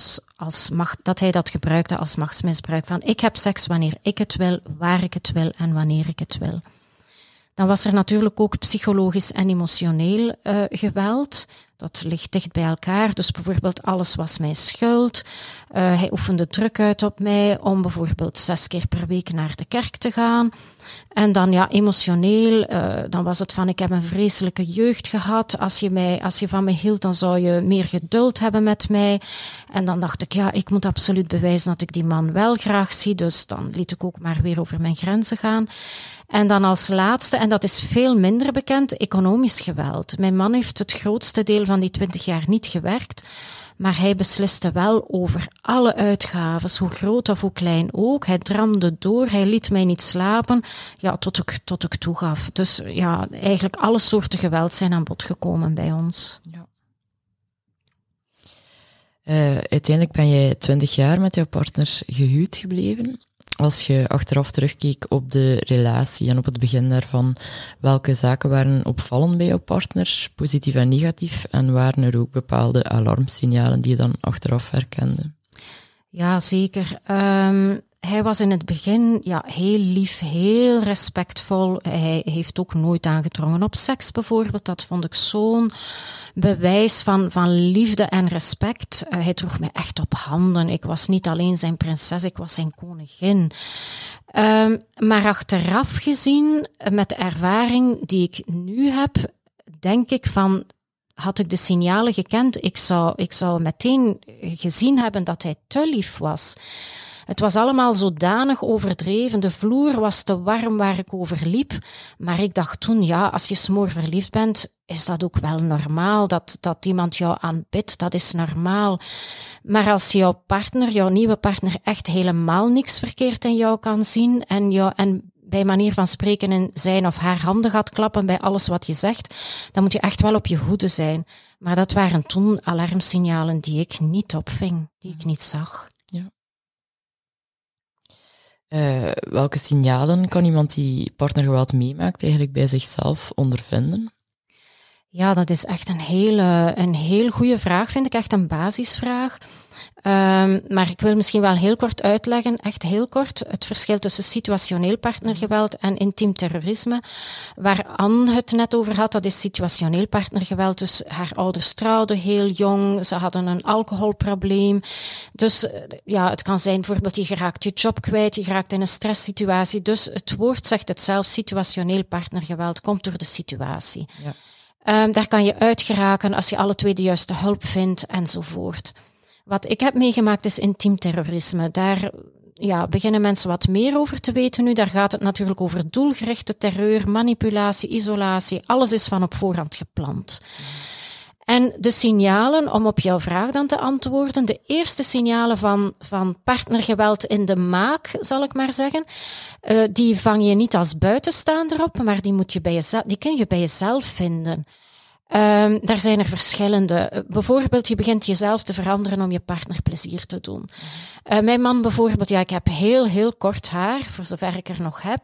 dat hij dat gebruikte als machtsmisbruik. Van, ik heb seks wanneer ik het wil, waar ik het wil en wanneer ik het wil. Dan was er natuurlijk ook psychologisch en emotioneel geweld. Dat ligt dicht bij elkaar. Dus bijvoorbeeld alles was mijn schuld. Hij oefende druk uit op mij om bijvoorbeeld 6 keer per week naar de kerk te gaan. En dan emotioneel, dan was het van, ik heb een vreselijke jeugd gehad. Als je van me hield, dan zou je meer geduld hebben met mij. En dan dacht ik, ik moet absoluut bewijzen dat ik die man wel graag zie. Dus dan liet ik ook maar weer over mijn grenzen gaan. En dan als laatste, en dat is veel minder bekend, economisch geweld. Mijn man heeft het grootste deel van die 20 jaar niet gewerkt, maar hij besliste wel over alle uitgaven, hoe groot of hoe klein ook. Hij dramde door, hij liet mij niet slapen, tot ik toegaf. Dus eigenlijk alle soorten geweld zijn aan bod gekomen bij ons. Ja. Uiteindelijk ben jij 20 jaar met jouw partner gehuwd gebleven. Als je achteraf terugkeek op de relatie en op het begin daarvan, welke zaken waren opvallend bij jouw partner, positief en negatief, en waren er ook bepaalde alarmsignalen die je dan achteraf herkende? Ja, zeker. Hij was in het begin heel lief, heel respectvol. Hij heeft ook nooit aangedrongen op seks bijvoorbeeld. Dat vond ik zo'n bewijs van liefde en respect. Hij droeg me echt op handen. Ik was niet alleen zijn prinses, ik was zijn koningin. Maar achteraf gezien, met de ervaring die ik nu heb, denk ik van, had ik de signalen gekend, ik zou meteen gezien hebben dat hij te lief was. Het was allemaal zodanig overdreven. De vloer was te warm waar ik over liep. Maar ik dacht toen, als je smoorverliefd bent, is dat ook wel normaal. Dat iemand jou aanbidt, dat is normaal. Maar als jouw nieuwe partner, echt helemaal niks verkeerd in jou kan zien en bij manier van spreken in zijn of haar handen gaat klappen bij alles wat je zegt, dan moet je echt wel op je hoede zijn. Maar dat waren toen alarmsignalen die ik niet opving, die ik niet zag. Ja. Welke signalen kan iemand die partnergeweld meemaakt eigenlijk bij zichzelf ondervinden? Ja, dat is echt een heel goede vraag, vind ik, echt een basisvraag. Maar ik wil misschien wel heel kort uitleggen, echt heel kort, het verschil tussen situationeel partnergeweld en intiem terrorisme. Waar Anne het net over had, dat is situationeel partnergeweld. Dus haar ouders trouwden heel jong, ze hadden een alcoholprobleem. Dus het kan zijn bijvoorbeeld, je geraakt je job kwijt, je geraakt in een stresssituatie. Dus het woord zegt het zelf, situationeel partnergeweld komt door de situatie. Ja. Daar kan je uit geraken als je alle twee de juiste hulp vindt enzovoort. Wat ik heb meegemaakt is intiem terrorisme. Daar beginnen mensen wat meer over te weten nu. Daar gaat het natuurlijk over doelgerichte terreur, manipulatie, isolatie. Alles is van op voorhand gepland. En de signalen, om op jouw vraag dan te antwoorden, de eerste signalen van partnergeweld in de maak, zal ik maar zeggen, die vang je niet als buitenstaander op, maar die kun je bij jezelf vinden. Daar zijn er verschillende. Bijvoorbeeld, je begint jezelf te veranderen om je partner plezier te doen. Mijn man bijvoorbeeld, ik heb heel, heel kort haar, voor zover ik er nog heb.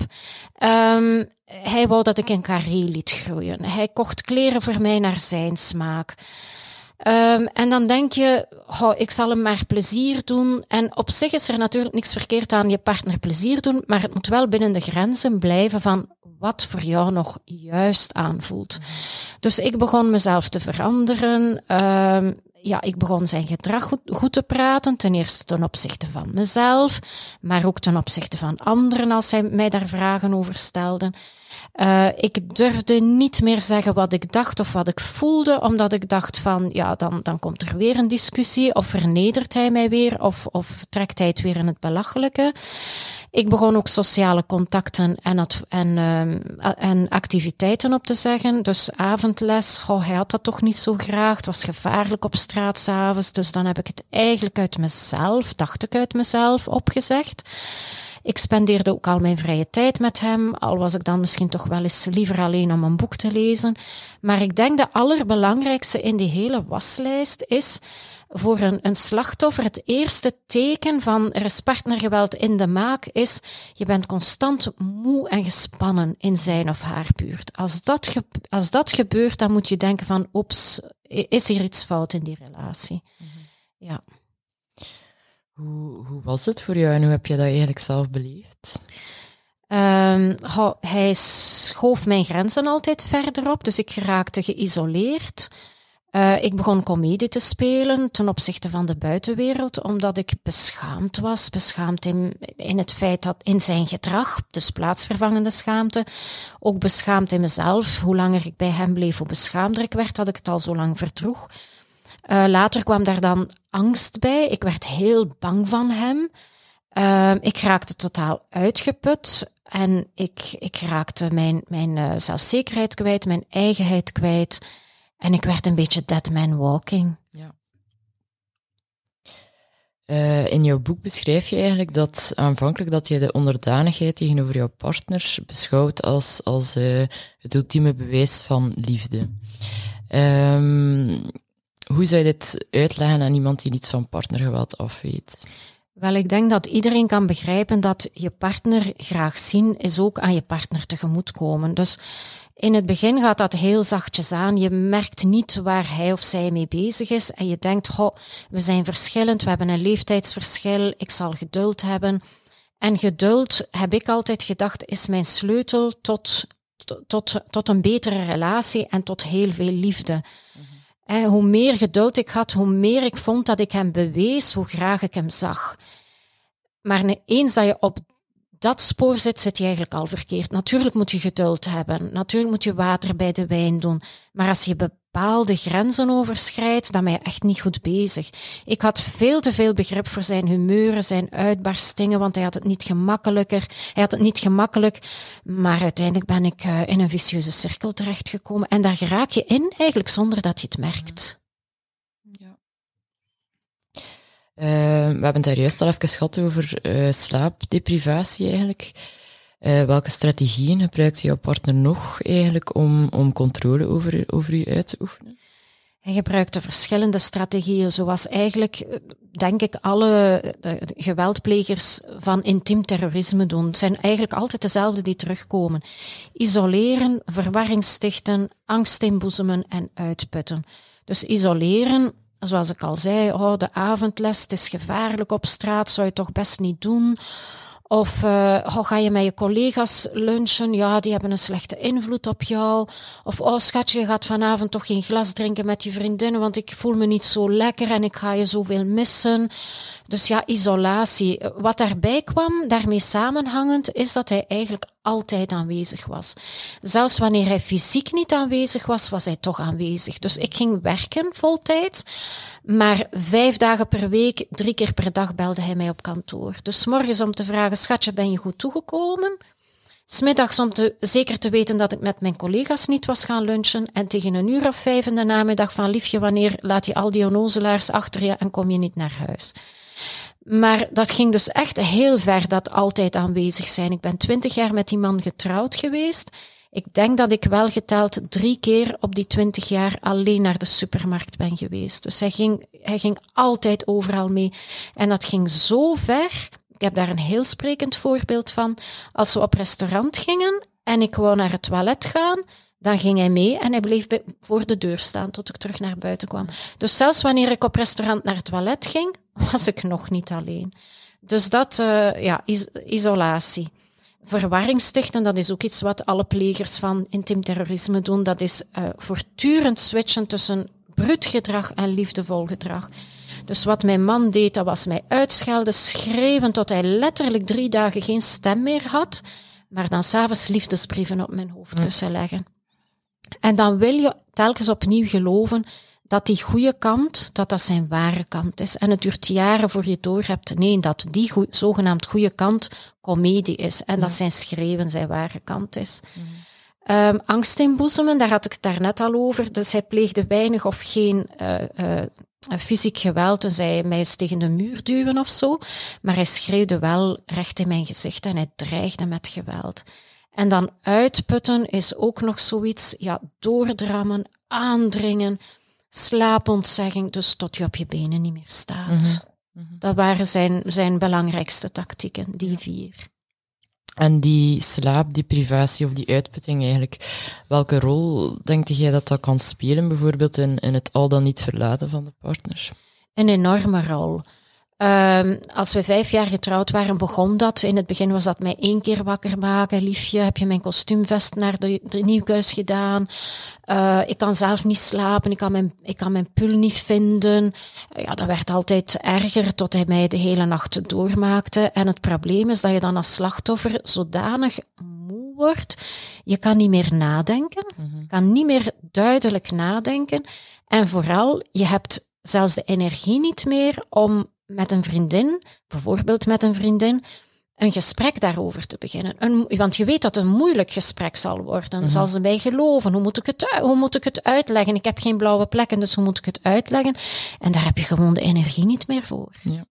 Hij wou dat ik een carré liet groeien. Hij kocht kleren voor mij naar zijn smaak. En dan denk je, ik zal hem maar plezier doen. En op zich is er natuurlijk niks verkeerd aan je partner plezier doen, maar het moet wel binnen de grenzen blijven van wat voor jou nog juist aanvoelt. Dus ik begon mezelf te veranderen. Ik begon zijn gedrag goed te praten. Ten eerste ten opzichte van mezelf, maar ook ten opzichte van anderen als hij mij daar vragen over stelde. Ik durfde niet meer zeggen wat ik dacht of wat ik voelde, omdat ik dacht van, dan komt er weer een discussie, of vernedert hij mij weer, of trekt hij het weer in het belachelijke. Ik begon ook sociale contacten en activiteiten op te zeggen. Dus avondles, hij had dat toch niet zo graag. Het was gevaarlijk op straat 's avonds. Dus dan heb ik het eigenlijk dacht ik uit mezelf, opgezegd. Ik spendeerde ook al mijn vrije tijd met hem, al was ik dan misschien toch wel eens liever alleen om een boek te lezen. Maar ik denk de allerbelangrijkste in die hele waslijst is voor een slachtoffer het eerste teken van er is partnergeweld in de maak is, je bent constant moe en gespannen in zijn of haar buurt. Als dat gebeurt, dan moet je denken van, oeps, is hier iets fout in die relatie? Ja. Hoe was het voor jou en hoe heb je dat eigenlijk zelf beleefd? Hij schoof mijn grenzen altijd verder op, dus ik raakte geïsoleerd. Ik begon komedie te spelen ten opzichte van de buitenwereld, omdat ik beschaamd was. Beschaamd in het feit dat in zijn gedrag, dus plaatsvervangende schaamte. Ook beschaamd in mezelf. Hoe langer ik bij hem bleef, hoe beschaamder ik werd, dat ik het al zo lang verdroeg. Later kwam daar dan angst bij. Ik werd heel bang van hem. Ik raakte totaal uitgeput. En ik raakte mijn zelfzekerheid kwijt, mijn eigenheid kwijt. En ik werd een beetje dead man walking. Ja. In jouw boek beschrijf je eigenlijk dat aanvankelijk dat je de onderdanigheid tegenover jouw partner beschouwt als het ultieme bewijs van liefde. Hoe zou je dit uitleggen aan iemand die niets van partnergeweld afweet? Wel, ik denk dat iedereen kan begrijpen dat je partner graag zien is ook aan je partner tegemoetkomen. Dus in het begin gaat dat heel zachtjes aan. Je merkt niet waar hij of zij mee bezig is. En je denkt, we zijn verschillend, we hebben een leeftijdsverschil, ik zal geduld hebben. En geduld, heb ik altijd gedacht, is mijn sleutel tot een betere relatie en tot heel veel liefde. Hoe meer geduld ik had, hoe meer ik vond dat ik hem bewees, hoe graag ik hem zag. Maar eens dat je op dat spoor zit je eigenlijk al verkeerd. Natuurlijk moet je geduld hebben. Natuurlijk moet je water bij de wijn doen. Maar als je bepaalde grenzen overschrijdt, dan ben je echt niet goed bezig. Ik had veel te veel begrip voor zijn humeuren, zijn uitbarstingen, want hij had het niet gemakkelijk. Maar uiteindelijk ben ik in een vicieuze cirkel terechtgekomen. En daar raak je in, eigenlijk zonder dat je het merkt. Ja. We hebben het daar juist al even gehad over slaapdeprivatie eigenlijk. Welke strategieën gebruikt jouw partner nog eigenlijk om controle over u uit te oefenen? Hij gebruikte verschillende strategieën, zoals eigenlijk, denk ik, alle geweldplegers van intiem terrorisme doen. Het zijn eigenlijk altijd dezelfde die terugkomen. Isoleren, verwarring stichten, angst inboezemen en uitputten. Dus isoleren, zoals ik al zei, de avondles, het is gevaarlijk op straat, zou je toch best niet doen. Of ga je met je collega's lunchen? Ja, die hebben een slechte invloed op jou. Of schatje, je gaat vanavond toch geen glas drinken met je vriendinnen, want ik voel me niet zo lekker en ik ga je zoveel missen. Dus ja, isolatie. Wat daarbij kwam, daarmee samenhangend, is dat hij eigenlijk altijd aanwezig was. Zelfs wanneer hij fysiek niet aanwezig was, was hij toch aanwezig. Dus ik ging werken voltijds, maar 5 dagen per week, 3 keer per dag belde hij mij op kantoor. Dus 's morgens om te vragen, schatje, ben je goed toegekomen? 's middags om zeker te weten dat ik met mijn collega's niet was gaan lunchen en tegen 1:05 in de namiddag van, liefje, wanneer laat je al die onnozelaars achter je en kom je niet naar huis? Maar dat ging dus echt heel ver, dat altijd aanwezig zijn. Ik ben 20 jaar met die man getrouwd geweest. Ik denk dat ik wel geteld 3 keer op die 20 jaar alleen naar de supermarkt ben geweest. Dus hij ging altijd overal mee. En dat ging zo ver. Ik heb daar een heel sprekend voorbeeld van. Als we op restaurant gingen en ik wou naar het toilet gaan, dan ging hij mee en hij bleef voor de deur staan tot ik terug naar buiten kwam. Dus zelfs wanneer ik op restaurant naar het toilet ging, was ik nog niet alleen. Dus dat, isolatie. Verwarring stichten, dat is ook iets wat alle plegers van intiem terrorisme doen. Dat is voortdurend switchen tussen bruut gedrag en liefdevol gedrag. Dus wat mijn man deed, dat was mij uitschelden, schreeuwen tot hij letterlijk 3 dagen geen stem meer had, maar dan 's avonds liefdesbrieven op mijn hoofdkussen leggen. En dan wil je telkens opnieuw geloven dat die goede kant, dat zijn ware kant is. En het duurt jaren voor je doorhebt, nee, dat die zogenaamd goede kant komedie is. En dat zijn schreeuwen zijn ware kant is. Angst inboezemen, daar had ik het daarnet al over. Dus hij pleegde weinig of geen fysiek geweld, toen hij mij eens tegen de muur duwen of zo. Maar hij schreeuwde wel recht in mijn gezicht en hij dreigde met geweld. En dan uitputten is ook nog zoiets, doordrammen, aandringen, slaapontzegging, dus tot je op je benen niet meer staat. Dat waren zijn belangrijkste tactieken, die 4. En die slaapdeprivatie of die uitputting eigenlijk, welke rol denk jij dat kan spelen bijvoorbeeld in het al dan niet verlaten van de partner? Een enorme rol. Als we 5 jaar getrouwd waren, begon dat. In het begin was dat mij 1 keer wakker maken. Liefje, heb je mijn kostuumvest naar de nieuwkuis gedaan? Ik kan zelf niet slapen, ik kan mijn pul niet vinden. Ja, dat werd altijd erger, tot hij mij de hele nacht doormaakte. En het probleem is dat je dan als slachtoffer zodanig moe wordt. Je kan niet meer nadenken. Je kan niet meer duidelijk nadenken. En vooral, je hebt zelfs de energie niet meer om met een vriendin, bijvoorbeeld met een vriendin, een gesprek daarover te beginnen. Want je weet dat het een moeilijk gesprek zal worden. Zal ze mij geloven? Hoe moet ik het uitleggen? Ik heb geen blauwe plekken, dus hoe moet ik het uitleggen? En daar heb je gewoon de energie niet meer voor. Ja.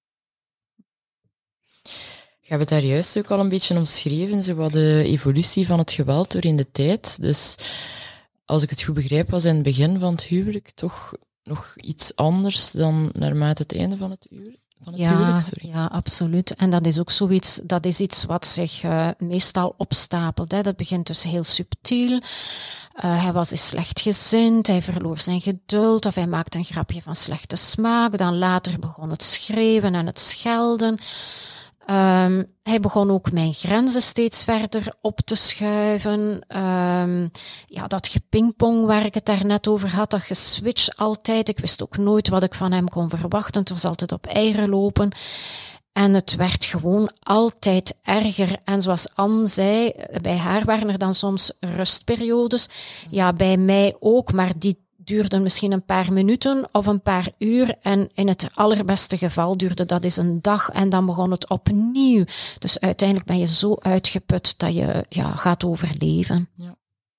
Je hebt het daar juist ook al een beetje omschreven, zo wat de evolutie van het geweld door in de tijd. Dus als ik het goed begrijp, was in het begin van het huwelijk toch nog iets anders dan naarmate het einde van het huwelijk? Ja, absoluut. En dat is ook zoiets, dat is iets wat zich meestal opstapelt. Hè. Dat begint dus heel subtiel. Hij was eens slechtgezind, hij verloor zijn geduld of hij maakte een grapje van slechte smaak. Dan later begon het schreeuwen en het schelden. Hij begon ook mijn grenzen steeds verder op te schuiven. Dat gepingpong waar ik het daarnet over had, dat geswitch altijd. Ik wist ook nooit wat ik van hem kon verwachten. Het was altijd op eieren lopen. En het werd gewoon altijd erger. En zoals Anne zei, bij haar waren er dan soms rustperiodes. Ja, bij mij ook, maar die duurden misschien een paar minuten of een paar uur. En in het allerbeste geval duurde dat eens een dag en dan begon het opnieuw. Dus uiteindelijk ben je zo uitgeput dat je gaat overleven. Ja.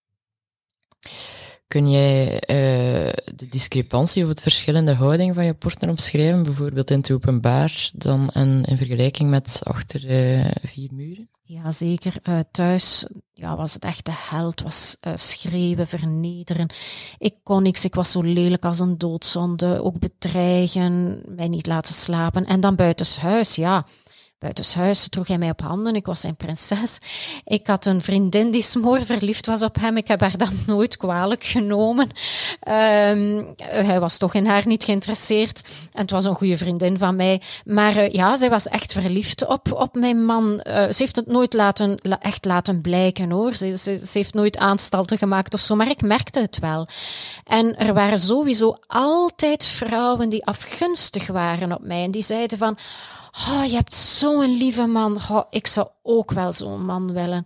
Kun jij de discrepantie of het verschil in de houding van je partner omschrijven, bijvoorbeeld in het openbaar dan en in vergelijking met achter 4 muren? Ja, zeker. Thuis was het echt de hel. Het was schreeuwen, vernederen. Ik kon niks, ik was zo lelijk als een doodzonde. Ook bedreigen, mij niet laten slapen. En dan buitenshuis, Buitenshuis droeg hij mij op handen, ik was zijn prinses. Ik had een vriendin die smoorverliefd was op hem. Ik heb haar dan nooit kwalijk genomen. Hij was toch in haar niet geïnteresseerd. En het was een goede vriendin van mij. Maar zij was echt verliefd op mijn man. Ze heeft het nooit echt laten blijken, hoor. Ze heeft nooit aanstalten gemaakt of zo, maar ik merkte het wel. En er waren sowieso altijd vrouwen die afgunstig waren op mij. En die zeiden van, oh, je hebt zo'n lieve man. Oh, ik zou ook wel zo'n man willen.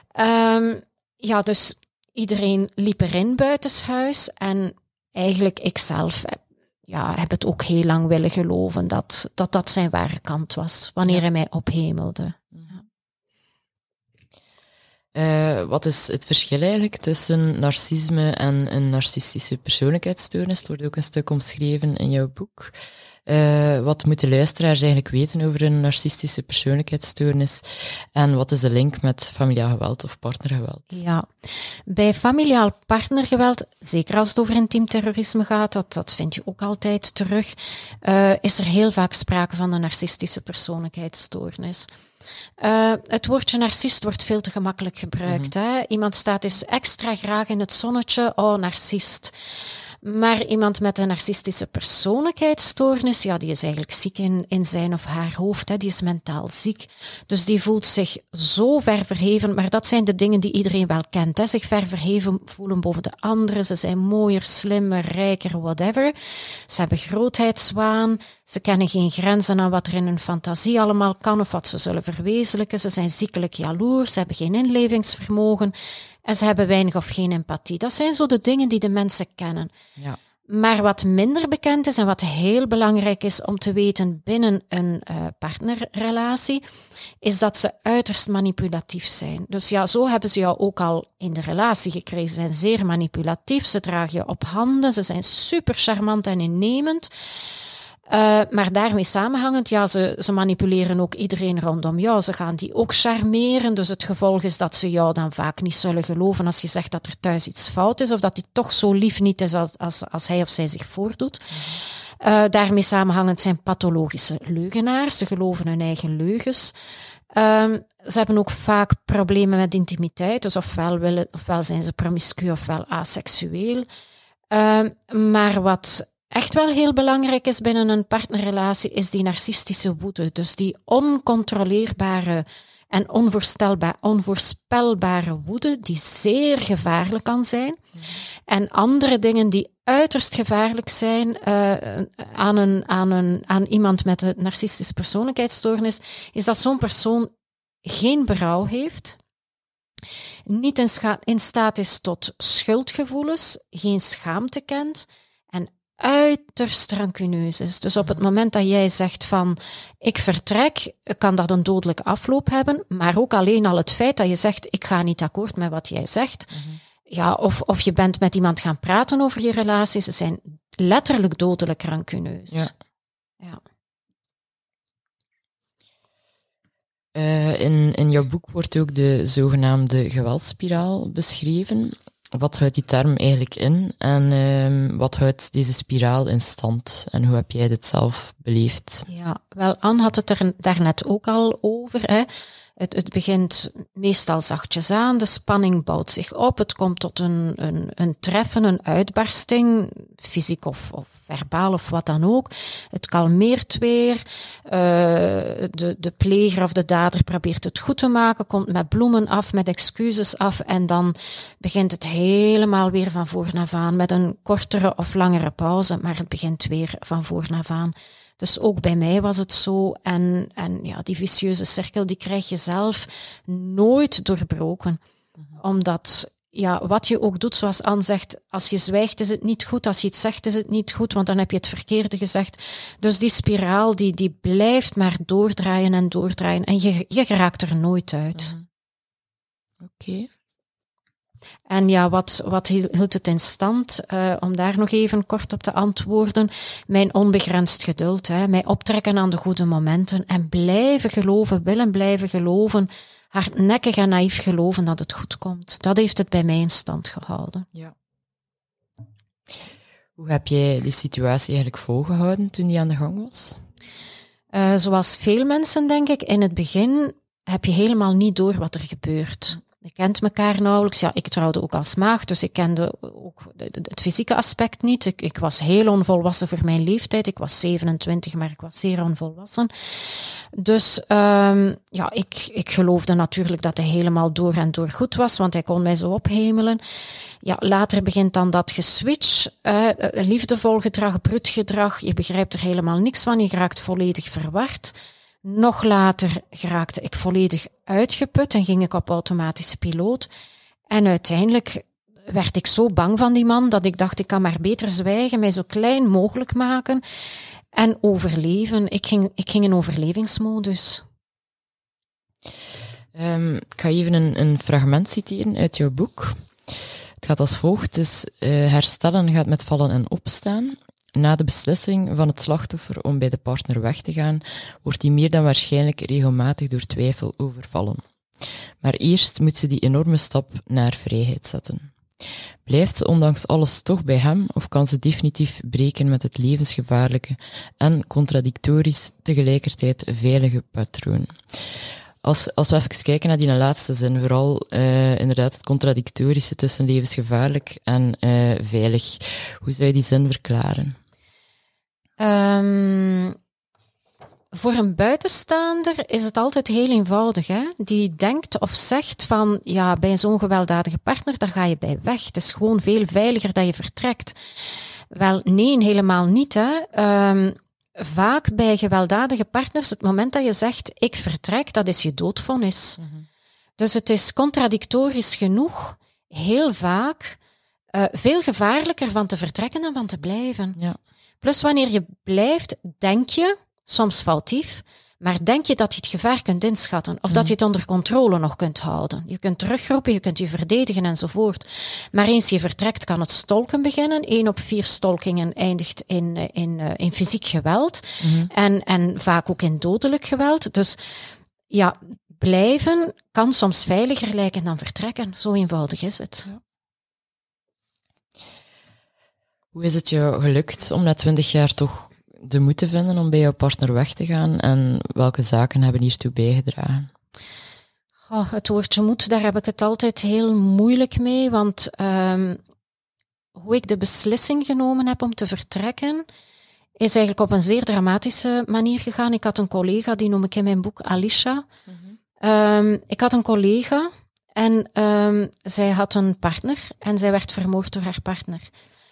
Dus iedereen liep erin buitenshuis. En eigenlijk ikzelf heb het ook heel lang willen geloven dat zijn ware kant was. Wanneer hij mij ophemelde. Wat is het verschil eigenlijk tussen narcisme en een narcistische persoonlijkheidsstoornis? Het wordt ook een stuk omschreven in jouw boek. Wat moeten luisteraars eigenlijk weten over een narcistische persoonlijkheidsstoornis? En wat is de link met familiaal geweld of partnergeweld? Ja, bij familiaal partnergeweld, zeker als het over intiem terrorisme gaat, dat vind je ook altijd terug, is er heel vaak sprake van een narcistische persoonlijkheidsstoornis. Het woordje narcist wordt veel te gemakkelijk gebruikt. Hè? Iemand staat dus extra graag in het zonnetje, oh, narcist. Maar iemand met een narcistische persoonlijkheidsstoornis, ja, die is eigenlijk ziek in zijn of haar hoofd, hè. Die is mentaal ziek. Dus die voelt zich zo ver verheven, maar dat zijn de dingen die iedereen wel kent, hè. Zich ver verheven voelen boven de anderen, ze zijn mooier, slimmer, rijker, whatever. Ze hebben grootheidswaan, ze kennen geen grenzen aan wat er in hun fantasie allemaal kan of wat ze zullen verwezenlijken. Ze zijn ziekelijk jaloers, ze hebben geen inlevingsvermogen. En ze hebben weinig of geen empathie. Dat zijn zo de dingen die de mensen kennen. Ja. Maar wat minder bekend is en wat heel belangrijk is om te weten binnen een partnerrelatie, is dat ze uiterst manipulatief zijn. Dus ja, zo hebben ze jou ook al in de relatie gekregen. Ze zijn zeer manipulatief, ze dragen je op handen, ze zijn super charmant en innemend. Maar daarmee samenhangend, ja, ze manipuleren ook iedereen rondom jou. Ze gaan die ook charmeren. Dus het gevolg is dat ze jou dan vaak niet zullen geloven als je zegt dat er thuis iets fout is of dat hij toch zo lief niet is als hij of zij zich voordoet. Daarmee samenhangend zijn pathologische leugenaars. Ze geloven hun eigen leugens. Ze hebben ook vaak problemen met intimiteit. Dus ofwel zijn ze promiscu ofwel aseksueel. Maar wat echt wel heel belangrijk is binnen een partnerrelatie, is die narcistische woede. Dus die oncontroleerbare en onvoorspelbare woede, die zeer gevaarlijk kan zijn. En andere dingen die uiterst gevaarlijk zijn aan iemand met een narcistische persoonlijkheidsstoornis, is dat zo'n persoon geen berouw heeft, niet in staat is tot schuldgevoelens, geen schaamte kent, uiterst rancuneus is. Dus op het moment dat jij zegt van ik vertrek, kan dat een dodelijke afloop hebben, maar ook alleen al het feit dat je zegt ik ga niet akkoord met wat jij zegt, ja, of je bent met iemand gaan praten over je relatie, ze zijn letterlijk dodelijk rancuneus. Ja. Ja. In jouw boek wordt ook de zogenaamde geweldspiraal beschreven. Wat houdt die term eigenlijk in en wat houdt deze spiraal in stand? En hoe heb jij dit zelf beleefd? Ja, wel, Anne had het er daarnet ook al over. Hè. Het begint meestal zachtjes aan, de spanning bouwt zich op, het komt tot een treffen, een uitbarsting, fysiek of verbaal of wat dan ook. Het kalmeert weer, de pleger of de dader probeert het goed te maken, komt met bloemen af, met excuses af en dan begint het helemaal weer van voor af aan, met een kortere of langere pauze, maar het begint weer van voor af aan. Dus ook bij mij was het zo. En ja, die vicieuze cirkel, die krijg je zelf nooit doorbroken. Omdat, ja, wat je ook doet, zoals Anne zegt, als je zwijgt is het niet goed, als je het zegt is het niet goed, want dan heb je het verkeerde gezegd. Dus die spiraal, die blijft maar doordraaien en doordraaien. En je geraakt er nooit uit. Oké. En ja, wat hield het in stand? Om daar nog even kort op te antwoorden. Mijn onbegrensd geduld, mij optrekken aan de goede momenten en blijven geloven, willen blijven geloven, hardnekkig en naïef geloven dat het goed komt. Dat heeft het bij mij in stand gehouden. Ja. Hoe heb jij die situatie eigenlijk volgehouden toen die aan de gang was? Zoals veel mensen, denk ik, in het begin heb je helemaal niet door wat er gebeurt. Je kent elkaar nauwelijks. Ja, ik trouwde ook als maagd, dus ik kende ook het fysieke aspect niet. Ik was heel onvolwassen voor mijn leeftijd. Ik was 27, maar ik was zeer onvolwassen. Dus ja, ik geloofde natuurlijk dat hij helemaal door en door goed was, want hij kon mij zo ophemelen. Ja, later begint dan dat geswitch, liefdevol gedrag, bruut gedrag. Je begrijpt er helemaal niks van, je raakt volledig verward. Nog later geraakte ik volledig uitgeput en ging ik op automatische piloot. En uiteindelijk werd ik zo bang van die man dat ik dacht, ik kan maar beter zwijgen, mij zo klein mogelijk maken en overleven. Ik ging in overlevingsmodus. Ik ga even een fragment citeren uit jouw boek. Het gaat als volgt, dus herstellen gaat met vallen en opstaan. Na de beslissing van het slachtoffer om bij de partner weg te gaan, wordt die meer dan waarschijnlijk regelmatig door twijfel overvallen. Maar eerst moet ze die enorme stap naar vrijheid zetten. Blijft ze ondanks alles toch bij hem, of kan ze definitief breken met het levensgevaarlijke en contradictorisch tegelijkertijd veilige patroon? Als we even kijken naar die laatste zin, vooral inderdaad het contradictorische tussen levensgevaarlijk en veilig. Hoe zou je die zin verklaren? Voor een buitenstaander is het altijd heel eenvoudig, hè? Die denkt of zegt van, ja, bij zo'n gewelddadige partner, daar ga je bij weg. Het is gewoon veel veiliger dat je vertrekt. Wel, nee, helemaal niet, hè. Vaak bij gewelddadige partners, het moment dat je zegt, ik vertrek, dat is je doodvonnis. Mm-hmm. Dus het is contradictorisch genoeg, heel vaak, veel gevaarlijker van te vertrekken dan van te blijven. Ja. Plus, wanneer je blijft, denk je, soms foutief, maar denk je dat je het gevaar kunt inschatten of dat je het onder controle nog kunt houden. Je kunt terugroepen, je kunt je verdedigen enzovoort. Maar eens je vertrekt kan het stolken beginnen. 1 op 4 stolkingen eindigt in fysiek geweld en vaak ook in dodelijk geweld. Dus ja, blijven kan soms veiliger lijken dan vertrekken. Zo eenvoudig is het. Ja. Hoe is het je gelukt om na 20 jaar toch de moed te vinden om bij jouw partner weg te gaan en welke zaken hebben hiertoe bijgedragen? Het woordje moed, daar heb ik het altijd heel moeilijk mee, want hoe ik de beslissing genomen heb om te vertrekken, is eigenlijk op een zeer dramatische manier gegaan. Ik had een collega, die noem ik in mijn boek Alicia. Mm-hmm. Ik had een collega en zij had een partner en zij werd vermoord door haar partner.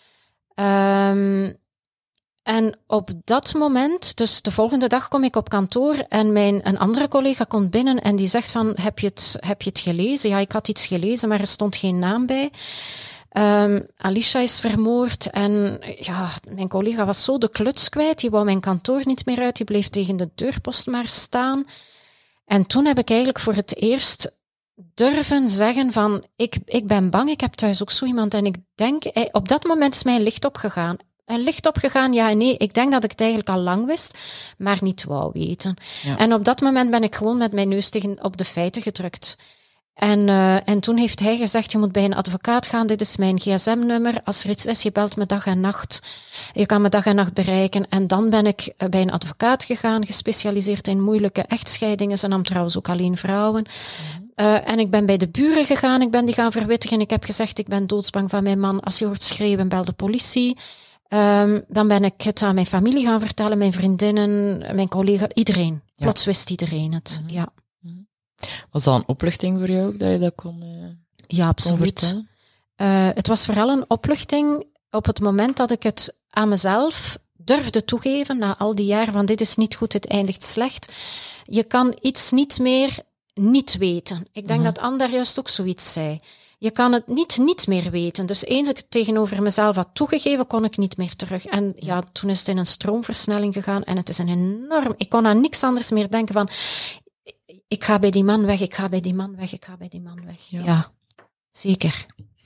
En op dat moment, dus de volgende dag kom ik op kantoor en een andere collega komt binnen en die zegt van, heb je het gelezen? Ja, ik had iets gelezen, maar er stond geen naam bij. Alicia is vermoord en ja, mijn collega was zo de kluts kwijt, die wou mijn kantoor niet meer uit, die bleef tegen de deurpost maar staan. En toen heb ik eigenlijk voor het eerst durven zeggen van, ik ben bang, ik heb thuis ook zo iemand en ik denk, op dat moment is mijn licht opgegaan. Een licht opgegaan, ja en nee. Ik denk dat ik het eigenlijk al lang wist, maar niet wou weten. Ja. En op dat moment ben ik gewoon met mijn neus op de feiten gedrukt. En toen heeft hij gezegd, je moet bij een advocaat gaan, dit is mijn gsm-nummer. Als er iets is, je belt me dag en nacht. Je kan me dag en nacht bereiken. En dan ben ik bij een advocaat gegaan, gespecialiseerd in moeilijke echtscheidingen. Ze nam trouwens ook alleen vrouwen. En ik ben bij de buren gegaan, ik ben die gaan verwittigen. Ik heb gezegd, ik ben doodsbang van mijn man. Als je hoort schreeuwen, bel de politie. Dan ben ik het aan mijn familie gaan vertellen, mijn vriendinnen, mijn collega's, iedereen. Ja. Plots wist iedereen het, ja. Was dat een opluchting voor jou ook, dat je dat kon Ja, absoluut. Het was vooral een opluchting op het moment dat ik het aan mezelf durfde toegeven, na al die jaren van dit is niet goed, dit eindigt slecht. Je kan iets niet meer niet weten. Ik denk dat Anne daar juist ook zoiets zei. Je kan het niet meer weten. Dus eens ik het tegenover mezelf had toegegeven, kon ik niet meer terug. En ja, toen is het in een stroomversnelling gegaan en het is een enorm... Ik kon aan niks anders meer denken van... Ik ga bij die man weg, ik ga bij die man weg, ik ga bij die man weg. Ja, zeker.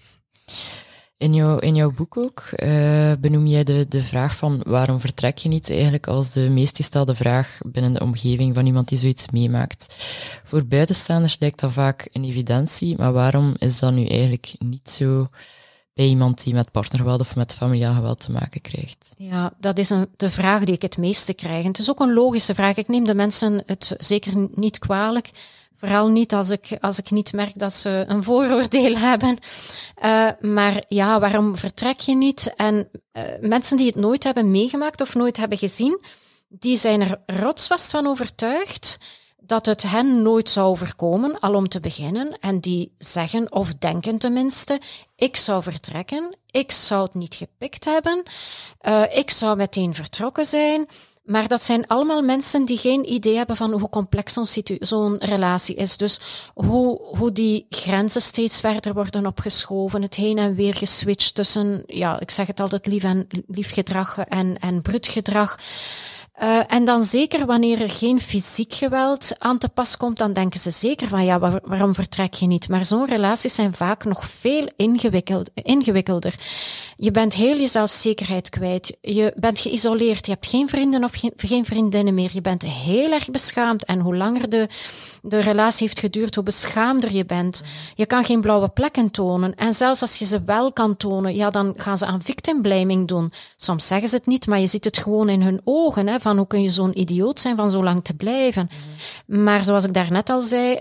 In jouw boek ook benoem jij de vraag van waarom vertrek je niet eigenlijk als de meest gestelde vraag binnen de omgeving van iemand die zoiets meemaakt. Voor buitenstaanders lijkt dat vaak een evidentie, maar waarom is dat nu eigenlijk niet zo bij iemand die met partnergeweld of met familiaal geweld te maken krijgt? Ja, dat is de vraag die ik het meeste krijg. En het is ook een logische vraag. Ik neem de mensen het zeker niet kwalijk. Vooral niet als ik niet merk dat ze een vooroordeel hebben. Maar ja, waarom vertrek je niet? En mensen die het nooit hebben meegemaakt of nooit hebben gezien, die zijn er rotsvast van overtuigd dat het hen nooit zou overkomen, al om te beginnen. En die zeggen, of denken tenminste, ik zou vertrekken, ik zou het niet gepikt hebben, ik zou meteen vertrokken zijn. Maar dat zijn allemaal mensen die geen idee hebben van hoe complex zo'n relatie is. Dus hoe die grenzen steeds verder worden opgeschoven, het heen en weer geswitcht tussen, ja, ik zeg het altijd, lief gedrag en bruut gedrag. En dan zeker wanneer er geen fysiek geweld aan te pas komt, dan denken ze zeker van ja, waarom vertrek je niet? Maar zo'n relaties zijn vaak nog veel ingewikkelder. Je bent heel je zelfzekerheid kwijt. Je bent geïsoleerd. Je hebt geen vrienden of geen vriendinnen meer. Je bent heel erg beschaamd. En hoe langer de relatie heeft geduurd, hoe beschaamder je bent. Je kan geen blauwe plekken tonen. En zelfs als je ze wel kan tonen, ja, dan gaan ze aan victim blaming doen. Soms zeggen ze het niet, maar je ziet het gewoon in hun ogen, hè, van hoe kun je zo'n idioot zijn van zo lang te blijven. Maar zoals ik daarnet al zei,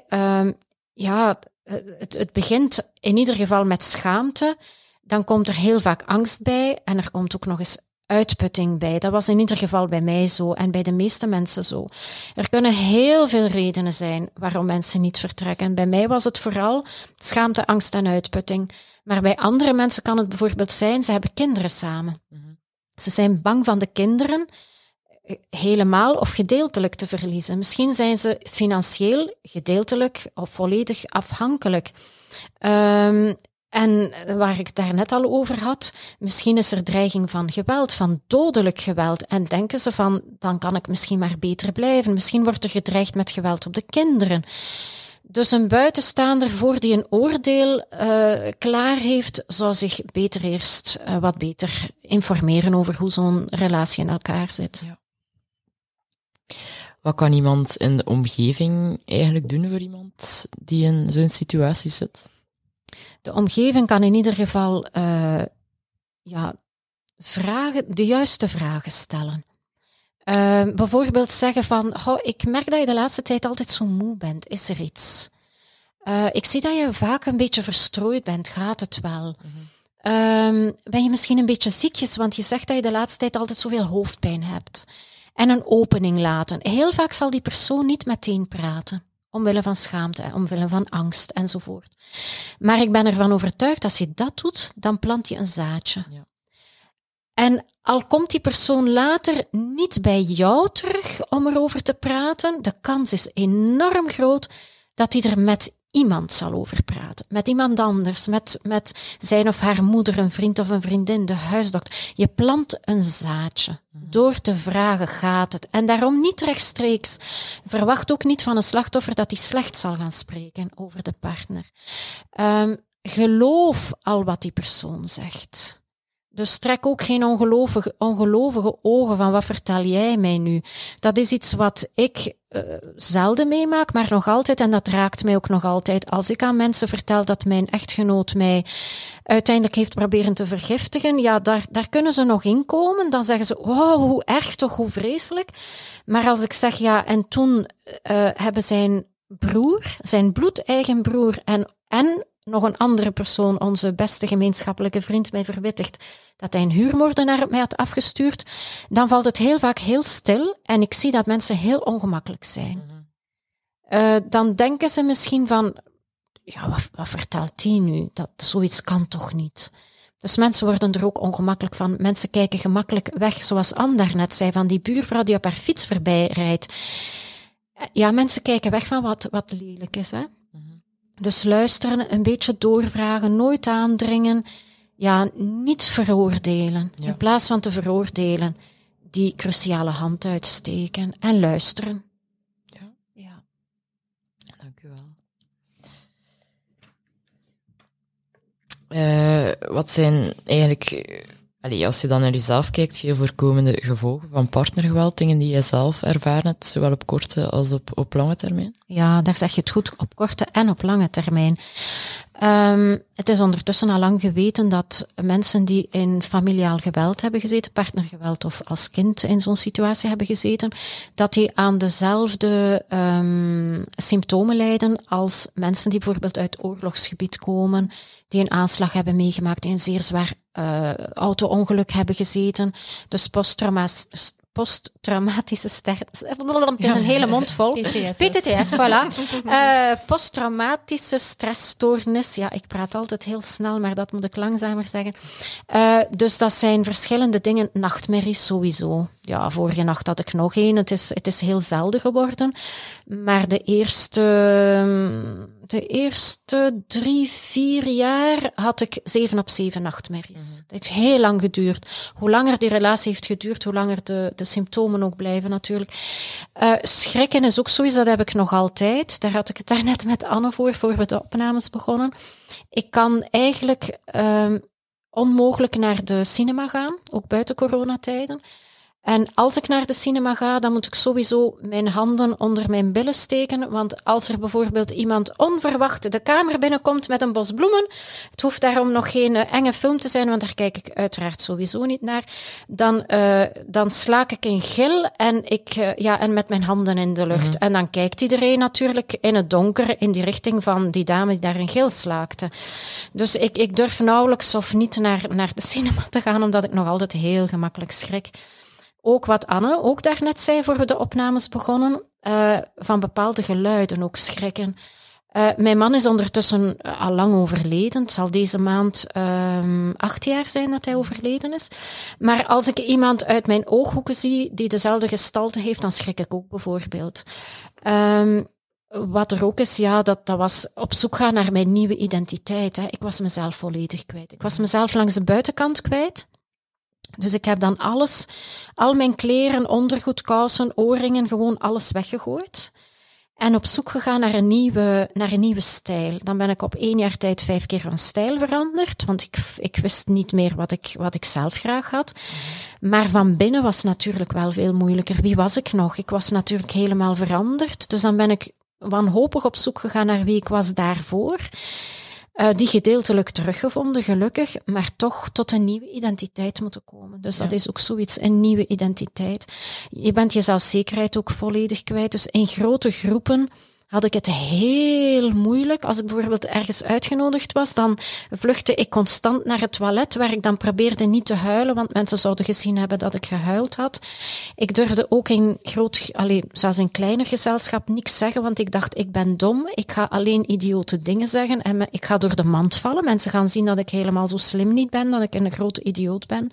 het begint in ieder geval met schaamte. Dan komt er heel vaak angst bij en er komt ook nog eens uitputting bij. Dat was in ieder geval bij mij zo en bij de meeste mensen zo. Er kunnen heel veel redenen zijn waarom mensen niet vertrekken. En bij mij was het vooral schaamte, angst en uitputting. Maar bij andere mensen kan het bijvoorbeeld zijn, ze hebben kinderen samen. Ze zijn bang van de kinderen helemaal of gedeeltelijk te verliezen. Misschien zijn ze financieel gedeeltelijk of volledig afhankelijk. En waar ik het daarnet al over had, misschien is er dreiging van geweld, van dodelijk geweld. En denken ze van, dan kan ik misschien maar beter blijven. Misschien wordt er gedreigd met geweld op de kinderen. Dus een buitenstaander voor die een oordeel klaar heeft, zou zich beter eerst wat beter informeren over hoe zo'n relatie in elkaar zit. Ja. Wat kan iemand in de omgeving eigenlijk doen voor iemand die in zo'n situatie zit? De omgeving kan in ieder geval de juiste vragen stellen. Bijvoorbeeld zeggen van, ik merk dat je de laatste tijd altijd zo moe bent. Is er iets? Ik zie dat je vaak een beetje verstrooid bent. Gaat het wel? Ben je misschien een beetje ziekjes, want je zegt dat je de laatste tijd altijd zoveel hoofdpijn hebt. En een opening laten. Heel vaak zal die persoon niet meteen praten. Omwille van schaamte, omwille van angst enzovoort. Maar ik ben ervan overtuigd, als je dat doet, dan plant je een zaadje. Ja. En al komt die persoon later niet bij jou terug om erover te praten, de kans is enorm groot dat hij er met iemand zal over praten. Met iemand anders, met zijn of haar moeder, een vriend of een vriendin, de huisdokter. Je plant een zaadje. Door te vragen gaat het. En daarom niet rechtstreeks. Verwacht ook niet van een slachtoffer dat hij slecht zal gaan spreken over de partner. Geloof al wat die persoon zegt. Dus trek ook geen ongelovige ogen van wat vertel jij mij nu. Dat is iets wat ik zelden meemaak, maar nog altijd, en dat raakt mij ook nog altijd, als ik aan mensen vertel dat mijn echtgenoot mij uiteindelijk heeft proberen te vergiftigen, ja, daar kunnen ze nog in komen. Dan zeggen ze, oh, hoe erg toch, hoe vreselijk. Maar als ik zeg, ja, en toen hebben zijn broer, zijn bloedeigen broer en nog een andere persoon, onze beste gemeenschappelijke vriend, mij verwittigt dat hij een huurmoordenaar op mij had afgestuurd, dan valt het heel vaak heel stil en ik zie dat mensen heel ongemakkelijk zijn. Dan denken ze misschien van, ja, wat vertelt die nu? Zoiets kan toch niet? Dus mensen worden er ook ongemakkelijk van. Mensen kijken gemakkelijk weg, zoals Anne daarnet zei, van die buurvrouw die op haar fiets voorbij rijdt. Ja, mensen kijken weg van wat lelijk is, hè? Dus luisteren, een beetje doorvragen, nooit aandringen. Ja, niet veroordelen. Ja. In plaats van te veroordelen, die cruciale hand uitsteken en luisteren. Ja. Dank u wel. Wat zijn eigenlijk, als je dan naar jezelf kijkt, veel voorkomende gevolgen van partnergeweld, dingen die jij zelf ervaren hebt, zowel op korte als op lange termijn? Ja, daar zeg je het goed, op korte en op lange termijn. Het is ondertussen al lang geweten dat mensen die in familiaal geweld hebben gezeten, partnergeweld of als kind in zo'n situatie hebben gezeten, dat die aan dezelfde symptomen lijden als mensen die bijvoorbeeld uit oorlogsgebied komen, die een aanslag hebben meegemaakt, die een zeer zwaar auto-ongeluk hebben gezeten. Dus posttraumatische stress. Het is een hele mond vol. PTSS, voilà. Posttraumatische stressstoornis. Ja, ik praat altijd heel snel, maar dat moet ik langzamer zeggen. Dus dat zijn verschillende dingen. Nachtmerries sowieso. Ja, vorige nacht had ik nog één. Het is heel zelden geworden. Maar de de eerste 3-4 jaar had ik 7 op 7 nachtmerries. Dat heeft heel lang geduurd. Hoe langer die relatie heeft geduurd, hoe langer de symptomen ook blijven natuurlijk. Schrikken is ook zoiets, dat heb ik nog altijd. Daar had ik het daarnet met Anne voor we de opnames begonnen. Ik kan eigenlijk onmogelijk naar de cinema gaan, ook buiten coronatijden. En als ik naar de cinema ga, dan moet ik sowieso mijn handen onder mijn billen steken. Want als er bijvoorbeeld iemand onverwacht de kamer binnenkomt met een bos bloemen, het hoeft daarom nog geen enge film te zijn, want daar kijk ik uiteraard sowieso niet naar, dan slaak ik een gil en met mijn handen in de lucht. En dan kijkt iedereen natuurlijk in het donker in die richting van die dame die daar een gil slaakte. Dus ik durf nauwelijks of niet naar de cinema te gaan, omdat ik nog altijd heel gemakkelijk schrik. Ook wat Anne ook daarnet zei voor we de opnames begonnen, van bepaalde geluiden ook schrikken. Mijn man is ondertussen al lang overleden. Het zal deze maand 8 jaar zijn dat hij overleden is. Maar als ik iemand uit mijn ooghoeken zie die dezelfde gestalte heeft, dan schrik ik ook bijvoorbeeld. Wat er ook is, dat was op zoek gaan naar mijn nieuwe identiteit. Hè. Ik was mezelf volledig kwijt. Ik was mezelf langs de buitenkant kwijt. Dus ik heb dan al mijn kleren, ondergoed, kousen, oorringen, gewoon alles weggegooid. En op zoek gegaan naar een nieuwe stijl. Dan ben ik op 1 jaar tijd 5 keer van stijl veranderd, want ik wist niet meer wat ik zelf graag had. Maar van binnen was natuurlijk wel veel moeilijker. Wie was ik nog? Ik was natuurlijk helemaal veranderd. Dus dan ben ik wanhopig op zoek gegaan naar wie ik was daarvoor. Die gedeeltelijk teruggevonden, gelukkig, maar toch tot een nieuwe identiteit moeten komen. Dus dat is ook zoiets, een nieuwe identiteit. Je bent je zelfzekerheid ook volledig kwijt. Dus in grote groepen had ik het heel moeilijk. Als ik bijvoorbeeld ergens uitgenodigd was, dan vluchtte ik constant naar het toilet, waar ik dan probeerde niet te huilen, want mensen zouden gezien hebben dat ik gehuild had. Ik durfde ook zelfs in kleiner gezelschap niks zeggen, want ik dacht, ik ben dom, ik ga alleen idiote dingen zeggen en ik ga door de mand vallen. Mensen gaan zien dat ik helemaal zo slim niet ben, dat ik een grote idioot ben.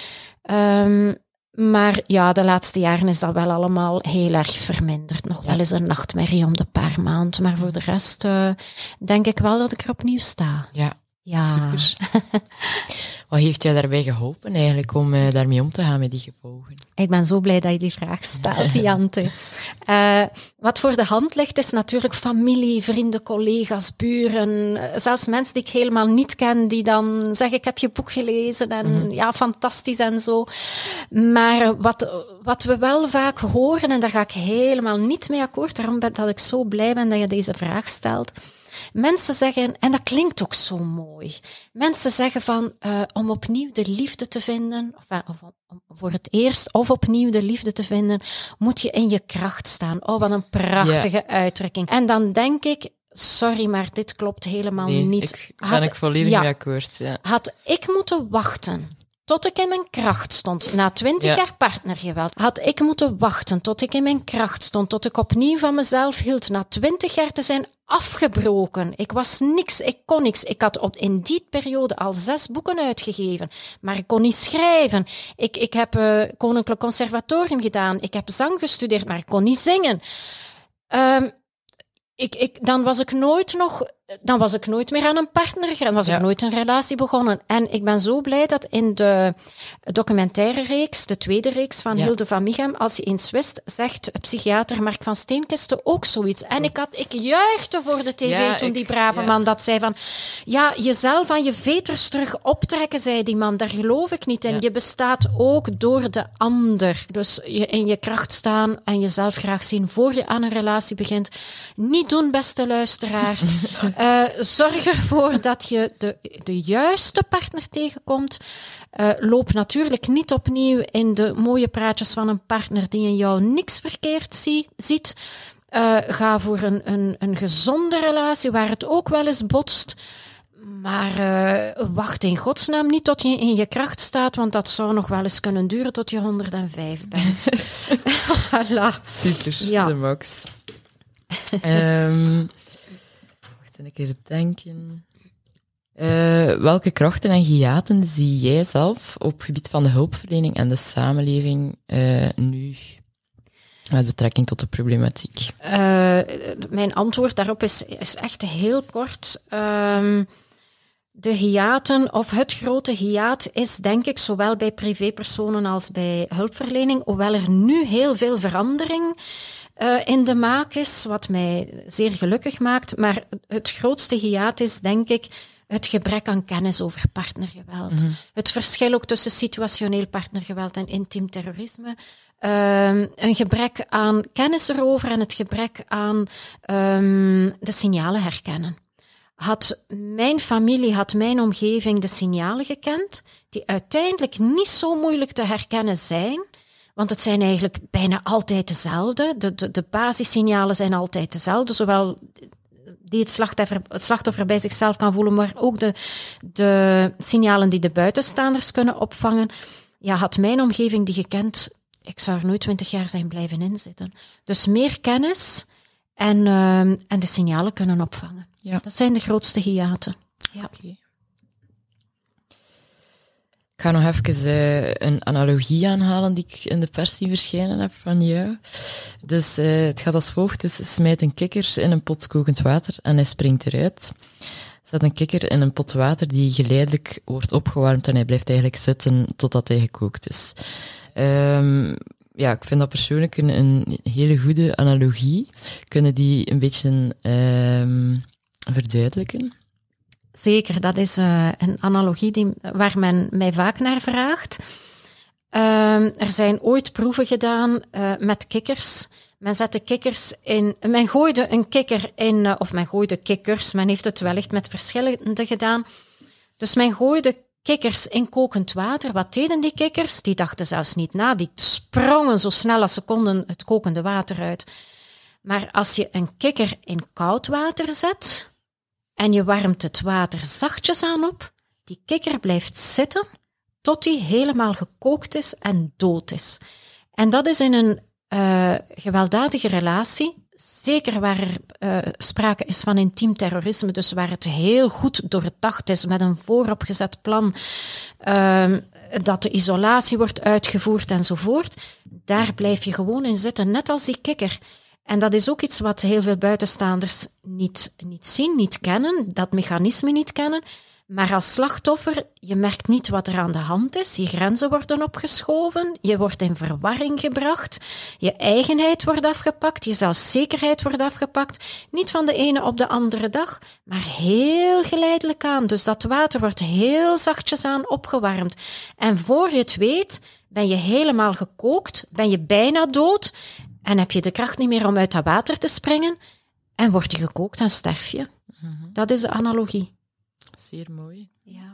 Maar ja, de laatste jaren is dat wel allemaal heel erg verminderd. Nog wel eens een nachtmerrie om de paar maanden. Maar voor de rest denk ik wel dat ik er opnieuw sta. Ja. Super. Wat heeft jou daarbij geholpen eigenlijk om daarmee om te gaan met die gevolgen? Ik ben zo blij dat je die vraag stelt, Jante. Wat voor de hand ligt is natuurlijk familie, vrienden, collega's, buren. Zelfs mensen die ik helemaal niet ken, die dan zeggen, ik heb je boek gelezen en ja, fantastisch en zo. Maar wat we wel vaak horen, en daar ga ik helemaal niet mee akkoord, daarom dat ik zo blij ben dat je deze vraag stelt. Mensen zeggen, en dat klinkt ook zo mooi, mensen zeggen van, om opnieuw de liefde te vinden, of voor het eerst, of opnieuw de liefde te vinden, moet je in je kracht staan. Oh, wat een prachtige uitdrukking. En dan denk ik, sorry, maar dit klopt helemaal niet. Ben ik volledig mee akkoord. Ja. Had ik moeten wachten tot ik in mijn kracht stond, na 20 jaar partnergeweld, had ik moeten wachten tot ik in mijn kracht stond, tot ik opnieuw van mezelf hield, na 20 jaar te zijn afgebroken. Ik was niks, ik kon niks. Ik had in die periode al 6 boeken uitgegeven, maar ik kon niet schrijven. Ik heb Koninklijk Conservatorium gedaan, ik heb zang gestudeerd, maar ik kon niet zingen. Dan was ik nooit meer aan een partner gegaan. Dan was ik nooit een relatie begonnen. En ik ben zo blij dat in de documentaire reeks, de tweede reeks van Hilde van Michem, Als je eens wist, zegt psychiater Mark van Steenkiste ook zoiets. En ik juichte voor de tv toen die brave man dat zei van, jezelf aan je veters terug optrekken, zei die man. Daar geloof ik niet in. Je bestaat ook door de ander. Dus je in je kracht staan en jezelf graag zien voor je aan een relatie begint. Niet doen, beste luisteraars. Zorg ervoor dat je de juiste partner tegenkomt. Loop natuurlijk niet opnieuw in de mooie praatjes van een partner die in jou niks verkeerd ziet. Ga voor een gezonde relatie waar het ook wel eens botst. Maar wacht in godsnaam niet tot je in je kracht staat, want dat zou nog wel eens kunnen duren tot je 105 bent. Voilà. Super, de max. Wacht een keer denken. Welke krachten en hiaten zie jij zelf op het gebied van de hulpverlening en de samenleving nu? Met betrekking tot de problematiek. Mijn antwoord daarop is echt heel kort. De hiaten, of het grote hiaat, is denk ik zowel bij privépersonen als bij hulpverlening, hoewel er nu heel veel verandering in de maak is, wat mij zeer gelukkig maakt. Maar het grootste hiaat is denk ik het gebrek aan kennis over partnergeweld. Mm-hmm. Het verschil ook tussen situationeel partnergeweld en intiem terrorisme. Een gebrek aan kennis erover en het gebrek aan de signalen herkennen. Mijn familie, had mijn omgeving de signalen gekend, die uiteindelijk niet zo moeilijk te herkennen zijn, want het zijn eigenlijk bijna altijd dezelfde. De basissignalen zijn altijd dezelfde, zowel die het slachtoffer bij zichzelf kan voelen, maar ook de signalen die de buitenstaanders kunnen opvangen. Ja, had mijn omgeving die gekend, ik zou er nooit 20 jaar zijn blijven inzitten. Dus meer kennis en de signalen kunnen opvangen. Ja. Dat zijn de grootste hiaten. Ja. Okay. Ik ga nog even een analogie aanhalen die ik in de pers zien verschijnen heb van jou. Dus het gaat als volgt. Dus smijt een kikker in een pot kokend water en hij springt eruit. Zet een kikker in een pot water die geleidelijk wordt opgewarmd en hij blijft eigenlijk zitten totdat hij gekookt is. Ja, ik vind dat persoonlijk een hele goede analogie. Kunnen die een beetje verduidelijken? Zeker, dat is een analogie waar men mij vaak naar vraagt. Er zijn ooit proeven gedaan met kikkers. Men zette kikkers in... Men gooide een kikker in... Of men gooide kikkers, men heeft het wellicht met verschillende gedaan. Dus men gooide kikkers in kokend water. Wat deden die kikkers? Die dachten zelfs niet na. Die sprongen zo snel als ze konden het kokende water uit. Maar als je een kikker in koud water zet en je warmt het water zachtjes aan op, die kikker blijft zitten tot die helemaal gekookt is en dood is. En dat is in een gewelddadige relatie, zeker waar er sprake is van intiem terrorisme, dus waar het heel goed doordacht is met een vooropgezet plan, dat de isolatie wordt uitgevoerd enzovoort, daar blijf je gewoon in zitten, net als die kikker. En dat is ook iets wat heel veel buitenstaanders niet zien, niet kennen, dat mechanisme niet kennen. Maar als slachtoffer, je merkt niet wat er aan de hand is. Je grenzen worden opgeschoven, je wordt in verwarring gebracht, je eigenheid wordt afgepakt, je zelfzekerheid wordt afgepakt. Niet van de ene op de andere dag, maar heel geleidelijk aan. Dus dat water wordt heel zachtjes aan opgewarmd. En voor je het weet, ben je helemaal gekookt, ben je bijna dood en heb je de kracht niet meer om uit dat water te springen en word je gekookt en sterf je. Mm-hmm. Dat is de analogie. Zeer mooi. Ja.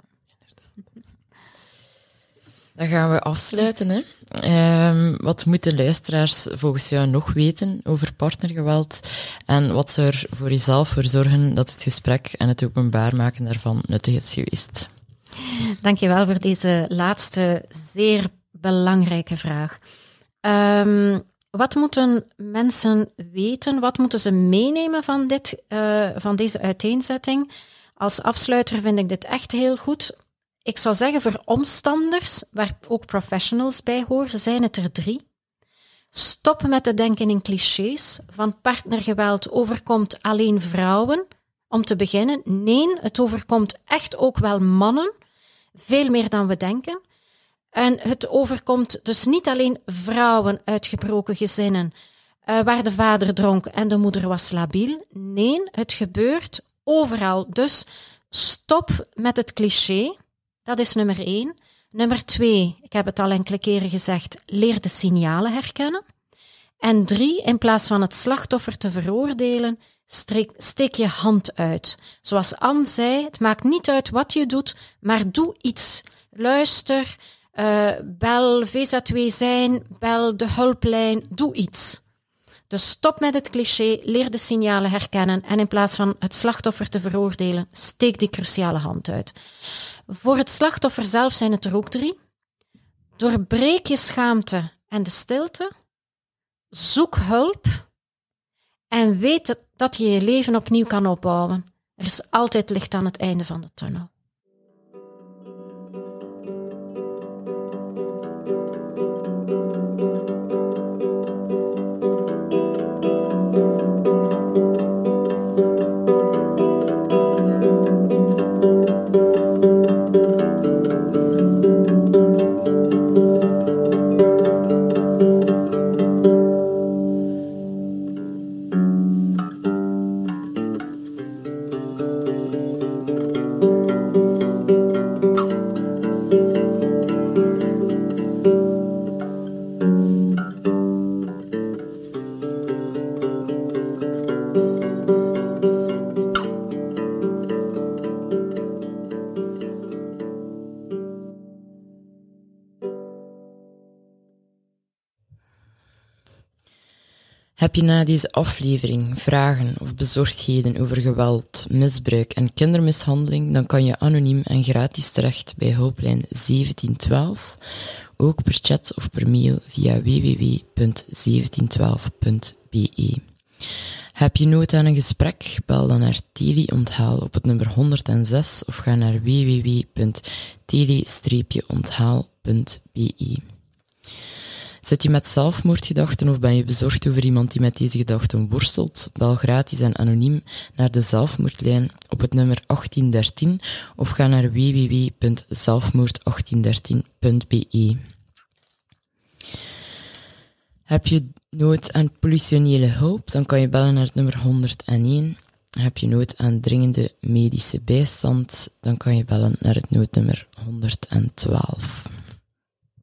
Dan gaan we afsluiten. Hè. Wat moeten luisteraars volgens jou nog weten over partnergeweld? En wat zou er voor jezelf voor zorgen dat het gesprek en het openbaar maken daarvan nuttig is geweest? Dank je wel voor deze laatste zeer belangrijke vraag. Wat moeten mensen weten? Wat moeten ze meenemen van deze uiteenzetting? Als afsluiter vind ik dit echt heel goed. Ik zou zeggen, voor omstanders, waar ook professionals bij horen, zijn het er 3. Stop met te denken in clichés. Van partnergeweld overkomt alleen vrouwen. Om te beginnen, nee, het overkomt echt ook wel mannen. Veel meer dan we denken. En het overkomt dus niet alleen vrouwen uit gebroken gezinnen, waar de vader dronk en de moeder was labiel. Nee, het gebeurt overal. Dus stop met het cliché. Dat is nummer 1. Nummer 2, ik heb het al enkele keren gezegd, leer de signalen herkennen. En 3, in plaats van het slachtoffer te veroordelen, steek je hand uit. Zoals Anne zei, het maakt niet uit wat je doet, maar doe iets. Luister, bel VZW zijn, bel de hulplijn, doe iets. Dus stop met het cliché, leer de signalen herkennen en in plaats van het slachtoffer te veroordelen, steek die cruciale hand uit. Voor het slachtoffer zelf zijn het er ook 3. Doorbreek je schaamte en de stilte. Zoek hulp. En weet dat je je leven opnieuw kan opbouwen. Er is altijd licht aan het einde van de tunnel. Heb je na deze aflevering vragen of bezorgdheden over geweld, misbruik en kindermishandeling, dan kan je anoniem en gratis terecht bij hulplijn 1712, ook per chat of per mail via www.1712.be. Heb je nood aan een gesprek? Bel dan naar Tele-onthaal op het nummer 106 of ga naar www.tele-onthaal.be. Zit je met zelfmoordgedachten of ben je bezorgd over iemand die met deze gedachten worstelt? Bel gratis en anoniem naar de zelfmoordlijn op het nummer 1813 of ga naar www.zelfmoord1813.be. Heb je nood aan politionele hulp? Dan kan je bellen naar het nummer 101. Heb je nood aan dringende medische bijstand? Dan kan je bellen naar het noodnummer 112.